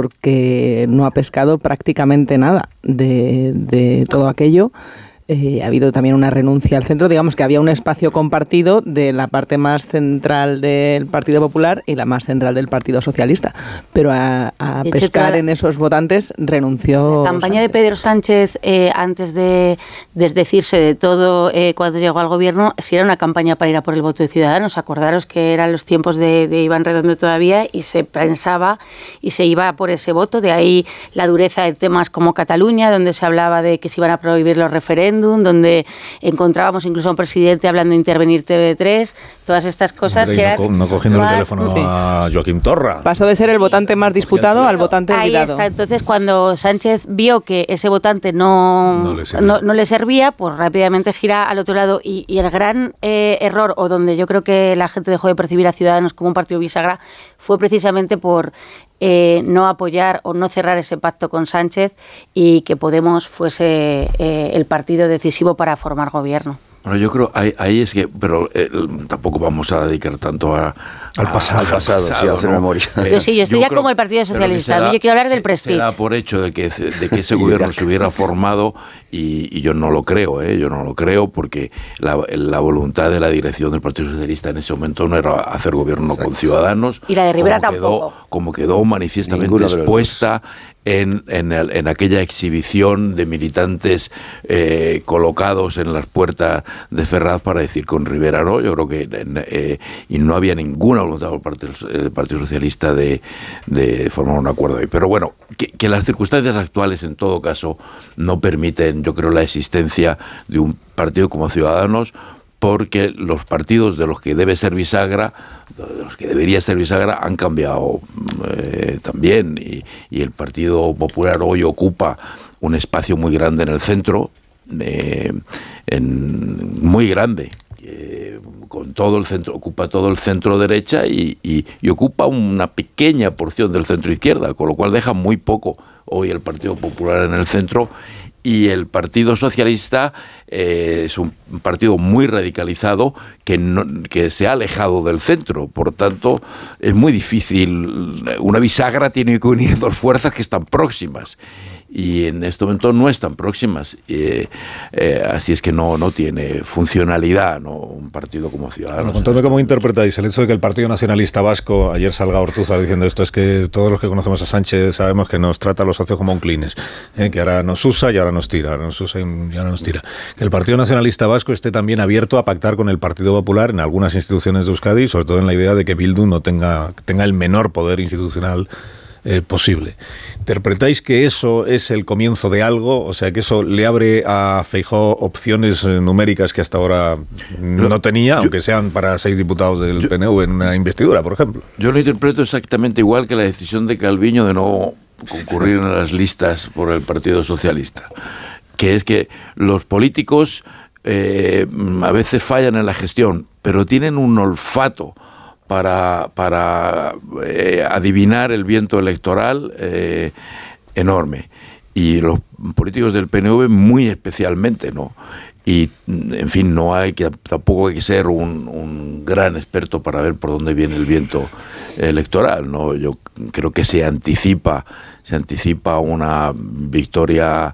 porque no ha pescado prácticamente nada de, de todo aquello. Eh, ha habido también una renuncia al centro, digamos que había un espacio compartido de la parte más central del Partido Popular y la más central del Partido Socialista, pero a, a pescar la, en esos votantes renunció la campaña Sánchez. de Pedro Sánchez eh, antes de desdecirse de todo eh, cuando llegó al gobierno, si era una campaña para ir a por el voto de Ciudadanos. Acordaros que eran los tiempos de, de Iván Redondo todavía y se pensaba y se iba por ese voto, de ahí la dureza de temas como Cataluña, donde se hablaba de que se iban a prohibir los referéndums, donde encontrábamos incluso a un presidente hablando de intervenir T V tres, todas estas cosas. Hombre, que no, eran, no cogiendo el teléfono sí. a Joaquim Torra. Pasó de ser el votante más disputado al votante Ahí olvidado. está. Entonces, cuando Sánchez vio que ese votante no, no, le, servía. No, no le servía, pues rápidamente gira al otro lado. Y, y el gran eh, error, o donde yo creo que la gente dejó de percibir a Ciudadanos como un partido bisagra, fue precisamente por Eh, no apoyar o no cerrar ese pacto con Sánchez y que Podemos fuese eh, el partido decisivo para formar gobierno. Bueno, yo creo ahí, ahí es que, pero eh, tampoco vamos a dedicar tanto a, al pasado, a, al pasado, sí, a hacer ¿no? memoria. Eh, yo sí, yo estoy yo ya creo, como el Partido Socialista. Da, a mí yo quiero hablar del Prestige. Se da por hecho de que, de que ese gobierno se hubiera formado y, y yo no lo creo, ¿eh? Yo no lo creo porque la, la voluntad de la dirección del Partido Socialista en ese momento no era hacer gobierno Exacto. con Ciudadanos. Y la de Rivera como tampoco. Quedó, como quedó manifiestamente expuesta en, en, el, en aquella exhibición de militantes eh, colocados en las puertas de Ferraz para decir con Rivera no. Yo creo que eh, y no había ninguna voluntad por parte del, del Partido Socialista de, de formar un acuerdo ahí. Pero bueno, que, que las circunstancias actuales en todo caso no permiten, yo creo, la existencia de un partido como Ciudadanos, porque los partidos de los que debe ser bisagra, de los que debería ser bisagra, han cambiado eh, también, y, y el Partido Popular hoy ocupa un espacio muy grande en el centro, eh, en, muy grande, eh, con todo el centro, ocupa todo el centro derecha y, y, y ocupa una pequeña porción del centro izquierda, con lo cual deja muy poco hoy el Partido Popular en el centro. Y el Partido Socialista eh, es un partido muy radicalizado que, no, que se ha alejado del centro. Por tanto, es muy difícil. Una bisagra tiene que unir dos fuerzas que están próximas. Y en este momento no están próximas. Eh, eh, así es que no, no tiene funcionalidad, ¿no? Un partido como Ciudadanos. Bueno, contadme cómo interpretáis el hecho de que el Partido Nacionalista Vasco, ayer salga Ortuzar diciendo esto, es que todos los que conocemos a Sánchez sabemos que nos trata a los socios como un clines, eh, que ahora nos usa y ahora nos tira, ahora nos usa y ahora nos tira. Que el Partido Nacionalista Vasco esté también abierto a pactar con el Partido Popular en algunas instituciones de Euskadi, sobre todo en la idea de que Bildu no tenga, tenga el menor poder institucional Eh, posible. ¿Interpretáis que eso es el comienzo de algo? O sea, que eso le abre a Feijóo opciones eh, numéricas que hasta ahora no, no tenía, yo, aunque sean para seis diputados del yo, P N V en una investidura, por ejemplo? Yo lo interpreto exactamente igual que la decisión de Calviño de no concurrir en las listas por el Partido Socialista, que es que los políticos eh, a veces fallan en la gestión, pero tienen un olfato para, para eh, adivinar el viento electoral eh, enorme. Y los políticos del P N V muy especialmente, ¿no? Y, en fin, no hay que tampoco hay que ser un, un gran experto para ver por dónde viene el viento electoral, ¿no? Yo creo que se anticipa, se anticipa una victoria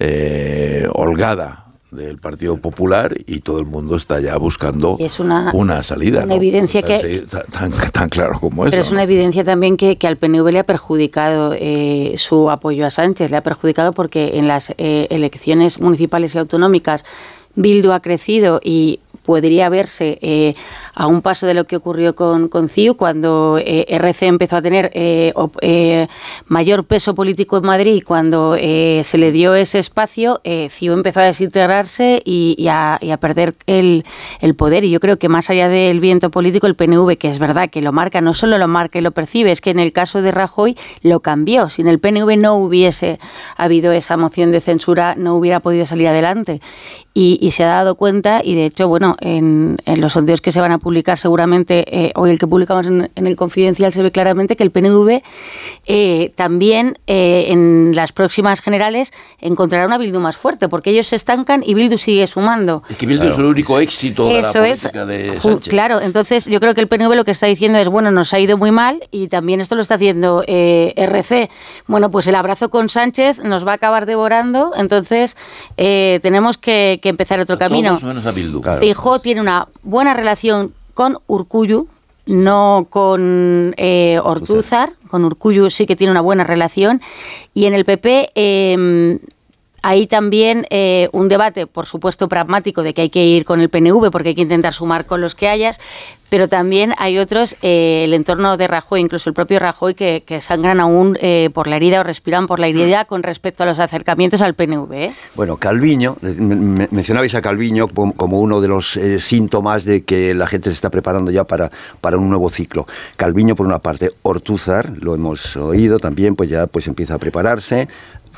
eh, holgada del Partido Popular y todo el mundo está ya buscando es una, una salida. Una ¿no? evidencia tan, que... Tan, tan claro como eso. Pero es ¿no? una evidencia también que, que al P N V le ha perjudicado eh, su apoyo a Sánchez, le ha perjudicado porque en las eh, elecciones municipales y autonómicas Bildu ha crecido y podría verse eh, a un paso de lo que ocurrió con, con C I U cuando eh, R C empezó a tener eh, op, eh, mayor peso político en Madrid, cuando eh, se le dio ese espacio, eh, C I U empezó a desintegrarse y, y, a, y a perder el, el poder. Y yo creo que más allá del viento político, el P N V, que es verdad que lo marca, no solo lo marca y lo percibe, es que en el caso de Rajoy lo cambió. Si en el P N V no hubiese habido esa moción de censura, no hubiera podido salir adelante. Y, y se ha dado cuenta, y de hecho, bueno, en, en los sondeos que se van a publicar seguramente, eh, hoy el que publicamos en, en el Confidencial, se ve claramente que el P N V eh, también eh, en las próximas generales encontrará una Bildu más fuerte, porque ellos se estancan y Bildu sigue sumando. Es que Bildu claro. es el único éxito de Eso la política es, de Sánchez. Claro, entonces yo creo que el P N V lo que está diciendo es, bueno, nos ha ido muy mal y también esto lo está haciendo eh, R C. Bueno, pues el abrazo con Sánchez nos va a acabar devorando, entonces eh, tenemos que, que empezar otro a camino. Todos menos a Bildu. Claro. Feijóo tiene una buena relación con Urkullu, no con eh, Ortúzar. Con Urkullu sí que tiene una buena relación. Y en el P P eh, hay también eh, un debate, por supuesto, pragmático de que hay que ir con el P N V porque hay que intentar sumar con los que hayas, pero también hay otros, eh, el entorno de Rajoy, incluso el propio Rajoy, que, que sangran aún eh, por la herida o respiran por la herida con respecto a los acercamientos al P N V. ¿eh? Bueno, Calviño, me, mencionabais a Calviño como uno de los eh, síntomas de que la gente se está preparando ya para, para un nuevo ciclo. Calviño, por una parte, Ortúzar, lo hemos oído también, pues ya pues empieza a prepararse.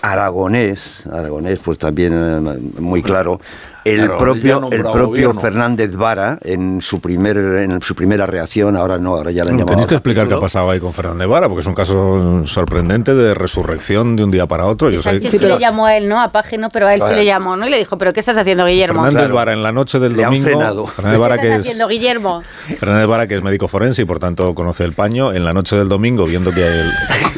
aragonés, aragonés, pues también eh, muy claro. El Claro, ya propio, nombrado el propio gobierno. Fernández Vara, en su primer, en su primera reacción, ahora no, ahora ya la han llamado. Tenéis que explicar qué ha rápido. pasado ahí con Fernández Vara, porque es un caso sorprendente de resurrección de un día para otro. Y Yo sé- Sánchez sí, le llamó a él, ¿no? A Paje no, pero a él Claro. sí le llamó, ¿no? Y le dijo, ¿pero qué estás haciendo, Guillermo? Fernández Claro. Vara en la noche del Le han domingo. frenado. Fernández Vara, ¿Qué que estás es, haciendo, Guillermo? Fernández Vara, que es médico forense y por tanto conoce el paño, en la noche del domingo, viendo que el,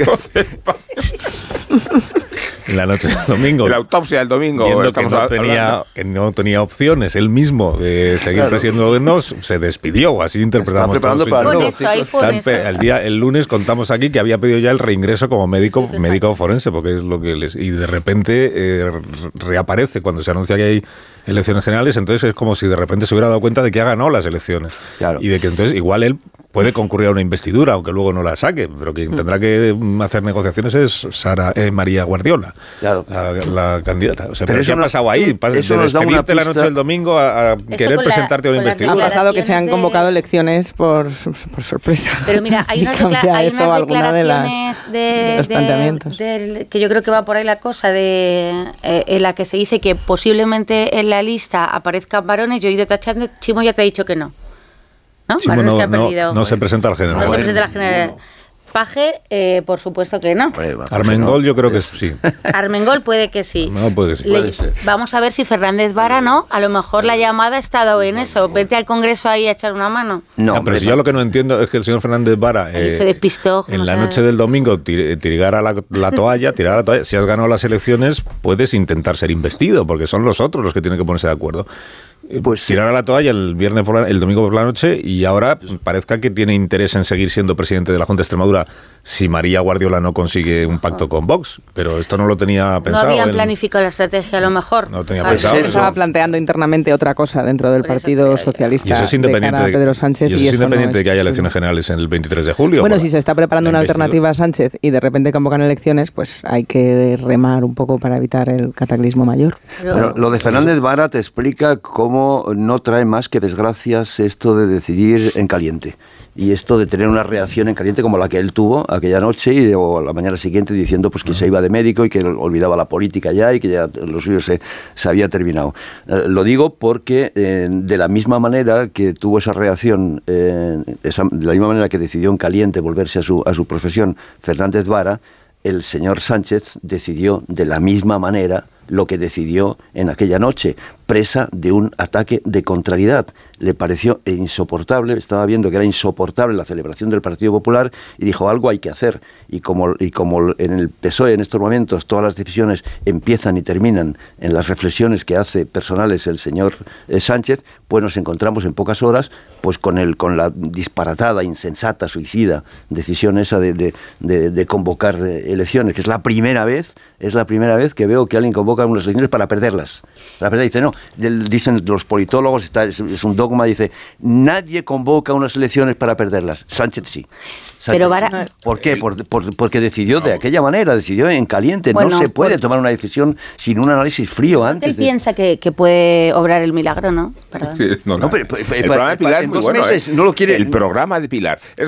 en la noche del domingo, La autopsia del domingo. viendo que estamos no, hablando. tenía, que no tenía opciones él mismo de seguir Claro. presidiendo el gobierno, se despidió, así interpretamos Está preparando todos. para el Fue nuevo honesto, ahí ciclo. fue Tan honesto. pe- el día el lunes contamos aquí que había pedido ya el reingreso como médico médico forense, porque es lo que les, y de repente eh, reaparece cuando se anuncia que hay elecciones generales. Entonces es como si de repente se hubiera dado cuenta de que ha ganado las elecciones. Claro. Y de que entonces igual él puede concurrir a una investidura, aunque luego no la saque, pero quien tendrá que hacer negociaciones es Sara eh, María Guardiola, Claro. la, la candidata. O sea, Pero pero, eso ¿qué ha no- pasado ahí? Pas- eso de nos da una despedirte la noche pista- del domingo a, a querer con la- presentarte a una con las Ha investidura. pasado que se han declaraciones de- convocado elecciones por, por sorpresa. Pero mira, hay Y unas, cambia decla- hay eso unas alguna de las- declaraciones de, de los de- planteamientos. del- que yo creo que va por ahí la cosa, de eh, en la que se dice que posiblemente en la lista aparezcan varones. Yo he ido tachando, Chimo ya te ha dicho que no. ¿No? Chimo Varones no, que ha no- perdido. no se presenta al general. No se Bueno, presenta la general. Paje, eh, por supuesto que no. Hombre, va, Armengol yo creo que sí. Armengol puede que sí. Armengol puede que sí. Le- Puede ser. Vamos a ver si Fernández Vara no. A lo mejor la llamada ha estado en eso. Vete al Congreso ahí a echar una mano. No, Ah, pero hombre, si yo lo que no entiendo es que el señor Fernández Vara Ahí eh, se despistó. en no la sé. noche del domingo tir- tirara la, la toalla, tirara la toalla. Si has ganado las elecciones, puedes intentar ser investido, porque son los otros los que tienen que ponerse de acuerdo. Eh, Pues tirar a la toalla el viernes por la- el domingo por la noche y ahora parezca que tiene interés en seguir siendo presidente de la Junta de Extremadura si María Guardiola no consigue un pacto con Vox, pero esto no lo tenía No pensado. habían él. planificado la estrategia, a lo mejor. No tenía Claro. pensado. Se estaba planteando internamente otra cosa dentro del Por eso Partido creo yo. Socialista Y eso es independiente, de cara a de, Pedro Sánchez. y eso es eso no independiente de que haya posible. elecciones generales en el veintitrés de julio. Bueno, por si se está preparando la una investidura. alternativa a Sánchez y de repente convocan elecciones, pues hay que remar un poco para evitar el cataclismo mayor. Pero- Pero lo de Fernández Vara te explica cómo no trae más que desgracias esto de decidir en caliente. Y esto de tener una reacción en caliente como la que él tuvo aquella noche y o la mañana siguiente diciendo pues que se iba de médico y que olvidaba la política ya y que ya lo suyo se, se había terminado. Eh, lo digo porque eh, de la misma manera que tuvo esa reacción, eh, esa- de la misma manera que decidió en caliente volverse a su, a su profesión Fernández Vara, el señor Sánchez decidió de la misma manera lo que decidió en aquella noche, presa de un ataque de contrariedad. Le pareció insoportable, estaba viendo que era insoportable la celebración del Partido Popular y dijo algo hay que hacer. Y como, y como en el P S O E en estos momentos todas las decisiones empiezan y terminan en las reflexiones que hace personales el señor eh, Sánchez, pues nos encontramos en pocas horas pues con el con la disparatada, insensata, suicida decisión esa de, de, de, de convocar eh, elecciones, que es la primera vez, es la primera vez que veo que alguien convoca unas elecciones para perderlas. La verdad dice, no, el- dicen los politólogos, está, es, es un dogma, dice, nadie convoca unas elecciones para perderlas. Sánchez sí. Sánchez Pero sí. Vara- ¿Por qué? Por- por- porque decidió de aquella manera, decidió en caliente. Bueno, no se puede pues- tomar una decisión sin un análisis frío antes. Él de- piensa que, que puede obrar el milagro, ¿no? Perdón. Sí, no, No, no. pero- pero- el pero- programa de Pilar en es muy dos bueno. meses ¿eh? no lo quiere- El programa de Pilar. Es-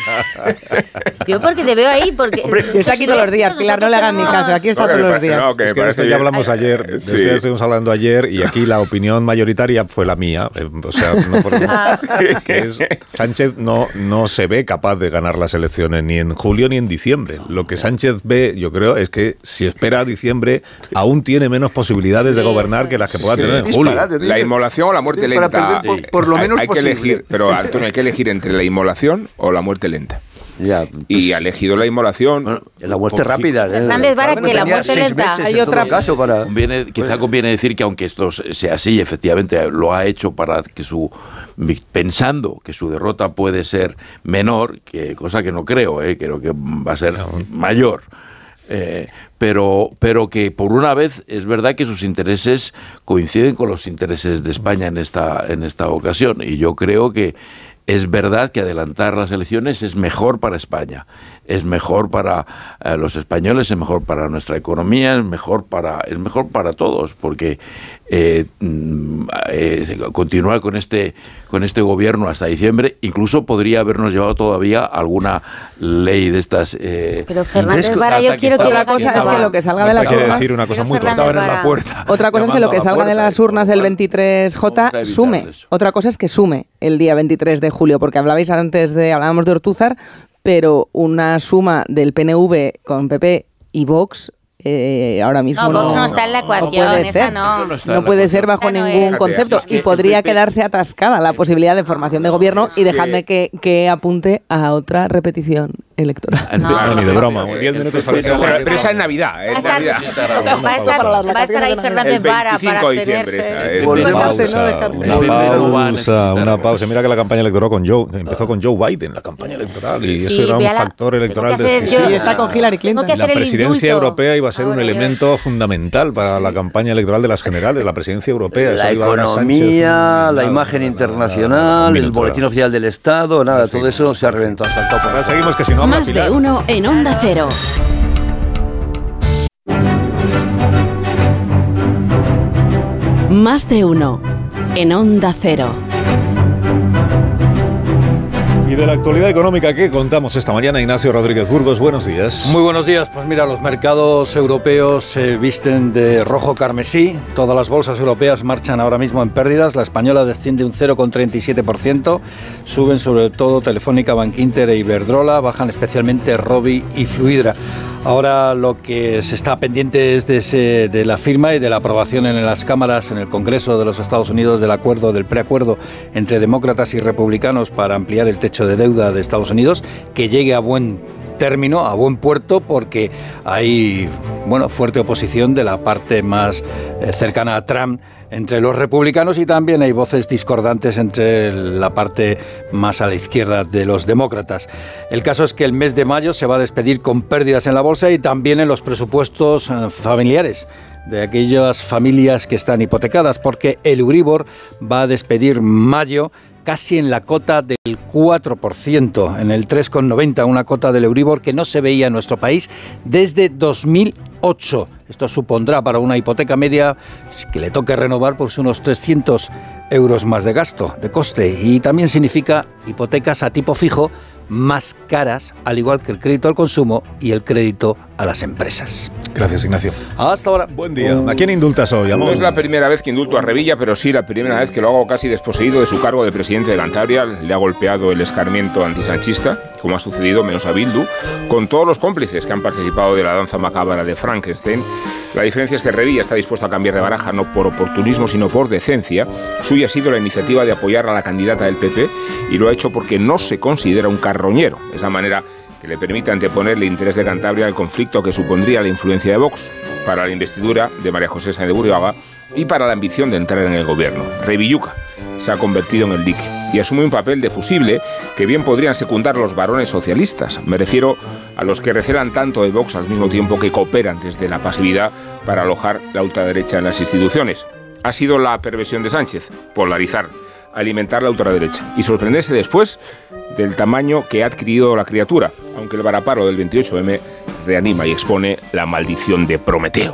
Yo porque te veo ahí, porque... Si está aquí todos los días, Pilar, no le hagan ni caso, aquí está No, que todos me los parece- días. no, que Es me que de parece esto ya bien. hablamos ayer, de Sí. esto ya estuvimos hablando ayer y aquí la opinión mayoritaria fue la mía. eh, O sea, no por- Ah. que es, Sánchez no, no se ve capaz de ganar las elecciones ni en julio ni en diciembre. Lo que Sánchez ve, yo creo, es que si espera a diciembre aún tiene menos posibilidades de Sí, gobernar sí. que las que pueda Sí. tener en julio. Disparate, La inmolación o la muerte Para lenta. perder por- por lo Hay- menos hay, que posible. elegir, pero Antonio, hay que elegir entre la inmolación o la muerte lenta. Ya, Y ha elegido la inmolación. Bueno, la muerte por- rápida. ¿eh? Fernández Vara, Bueno, que la tenía muerte seis lenta. meses Hay en otra- todo caso para... Conviene, quizá conviene decir que aunque esto sea así, efectivamente lo ha hecho para que su pensando que su derrota puede ser menor, que cosa que no creo, eh, creo que va a ser mayor. Eh, pero, pero que por una vez es verdad que sus intereses coinciden con los intereses de España en esta, en esta ocasión. Y yo creo que es verdad que adelantar las elecciones es mejor para España. es mejor para eh, los españoles, es mejor para nuestra economía, es mejor para, es mejor para todos, porque eh, eh, continuar con este con este gobierno hasta diciembre incluso podría habernos llevado todavía alguna ley de estas. Eh, Pero Fernández Vara, yo quiero que una cosa es que lo que salga de las urnas. Decir una cosa muy estaban en la puerta. Otra cosa es que lo que salga de las urnas el veintitrés J sume. Otra cosa es que sume el día veintitrés de julio, porque hablabais antes de hablábamos de Ortúzar, pero una suma del P N V con P P y Vox. Eh, ahora mismo no, no, Vox no está en la ecuación, no puede esa ser, no. no, no puede ser bajo esa ningún no concepto es que y podría el P P quedarse atascada la posibilidad de formación de gobierno es y dejadme que... que, que apunte a otra repetición electoral. No, ni de broma, diez minutos para pero, pero, pero esa es Navidad, es va, a Navidad. estar, va, a estar, va a estar ahí Fernández Vara para de diciembre, abstenerse. esa, una pausa, una pausa, una pausa. Mira que la campaña electoral con Joe empezó con Joe Biden, la campaña electoral, y sí, eso era un la, factor electoral decisivo. Sí, está con Hillary Clinton. La presidencia europea iba a ser un Ahora elemento fundamental para la campaña electoral de las generales, la presidencia europea. La economía, la imagen internacional, el boletín oficial del Estado, nada, todo eso se ha reventado. Ahora seguimos que si no habla Más Pilar. de uno en Onda Cero. Más de uno en Onda Cero. Y de la actualidad económica que contamos esta mañana, Ignacio Rodríguez Burgos, buenos días. Muy buenos días, pues mira, los mercados europeos se visten de rojo carmesí, todas las bolsas europeas marchan ahora mismo en pérdidas, la española desciende un cero coma treinta y siete por ciento, suben sobre todo Telefónica, Bankinter e Iberdrola, bajan especialmente Robi y Fluidra. Ahora lo que se está pendiente es de, ese, de la firma y de la aprobación en las cámaras, en el Congreso de los Estados Unidos, del acuerdo, del preacuerdo entre demócratas y republicanos para ampliar el techo de deuda de Estados Unidos, que llegue a buen término, a buen puerto, porque hay bueno, fuerte oposición de la parte más eh, cercana a Trump entre los republicanos, y también hay voces discordantes entre la parte más a la izquierda de los demócratas. El caso es que el mes de mayo se va a despedir con pérdidas en la bolsa y también en los presupuestos familiares de aquellas familias que están hipotecadas, porque el Euribor va a despedir mayo casi en la cota del cuatro por ciento, en el tres coma noventa, una cota del Euribor que no se veía en nuestro país desde dos mil ocho. Esto supondrá para una hipoteca media que le toque renovar pues unos trescientos euros más de gasto, de coste, y también significa hipotecas a tipo fijo más caras, al igual que el crédito al consumo y el crédito a las empresas. Gracias, Ignacio. Hasta ahora. Buen día. ¿A quién indultas hoy, amor? No es la primera vez que indulto a Revilla, pero sí la primera vez que lo hago casi desposeído de su cargo de presidente de Cantabria. Le ha golpeado el escarmiento antisanchista, como ha sucedido menos a Bildu, con todos los cómplices que han participado de la danza macabra de Frankenstein. La diferencia es que Revilla está dispuesto a cambiar de baraja no por oportunismo, sino por decencia. Suya ha sido la iniciativa de apoyar a la candidata del P P y lo ha hecho porque no se considera un carroñero. De esa manera que le permite anteponer el interés de Cantabria al conflicto que supondría la influencia de Vox para la investidura de María José Sáenz de Burriaga y para la ambición de entrar en el gobierno. Revilluca se ha convertido en el dique y asume un papel de fusible que bien podrían secundar los varones socialistas. Me refiero a los que recelan tanto de Vox al mismo tiempo que cooperan desde la pasividad para alojar la ultraderecha en las instituciones. Ha sido la perversión de Sánchez, polarizar, alimentar la ultraderecha y sorprenderse después del tamaño que ha adquirido la criatura, aunque el varaparo del veintiocho eme reanima y expone la maldición de Prometeo.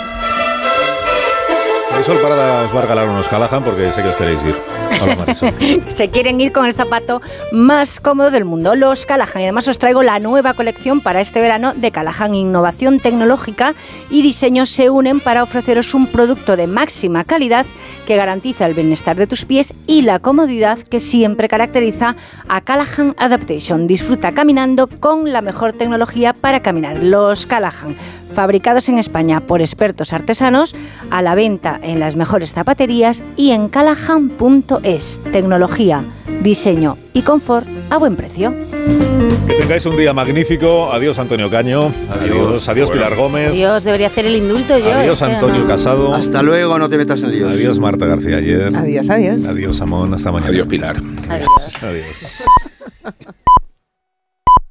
Marisol Parada os va a regalar unos Callahan porque sé que os queréis ir. Hola, Marisol. Se quieren ir con el zapato más cómodo del mundo, los Callahan. Y además os traigo la nueva colección para este verano de Callahan. Innovación tecnológica y diseño se unen para ofreceros un producto de máxima calidad que garantiza el bienestar de tus pies y la comodidad que siempre caracteriza a Callahan Adaptation. Disfruta caminando con la mejor tecnología para caminar. Los Callahan, fabricados en España por expertos artesanos, a la venta en las mejores zapaterías y en callahan punto es. Tecnología, diseño y confort a buen precio. Que tengáis un día magnífico. Adiós, Antonio Caño. Adiós, adiós Bueno. Pilar Gómez. Dios, debería hacer el indulto yo. Adiós, es que Antonio no. Casado. Hasta luego, no te metas en líos. Adiós, Marta García Ayer. Adiós, adiós. Adiós, Amón. Hasta mañana. Adiós, Pilar. Adiós. Adiós.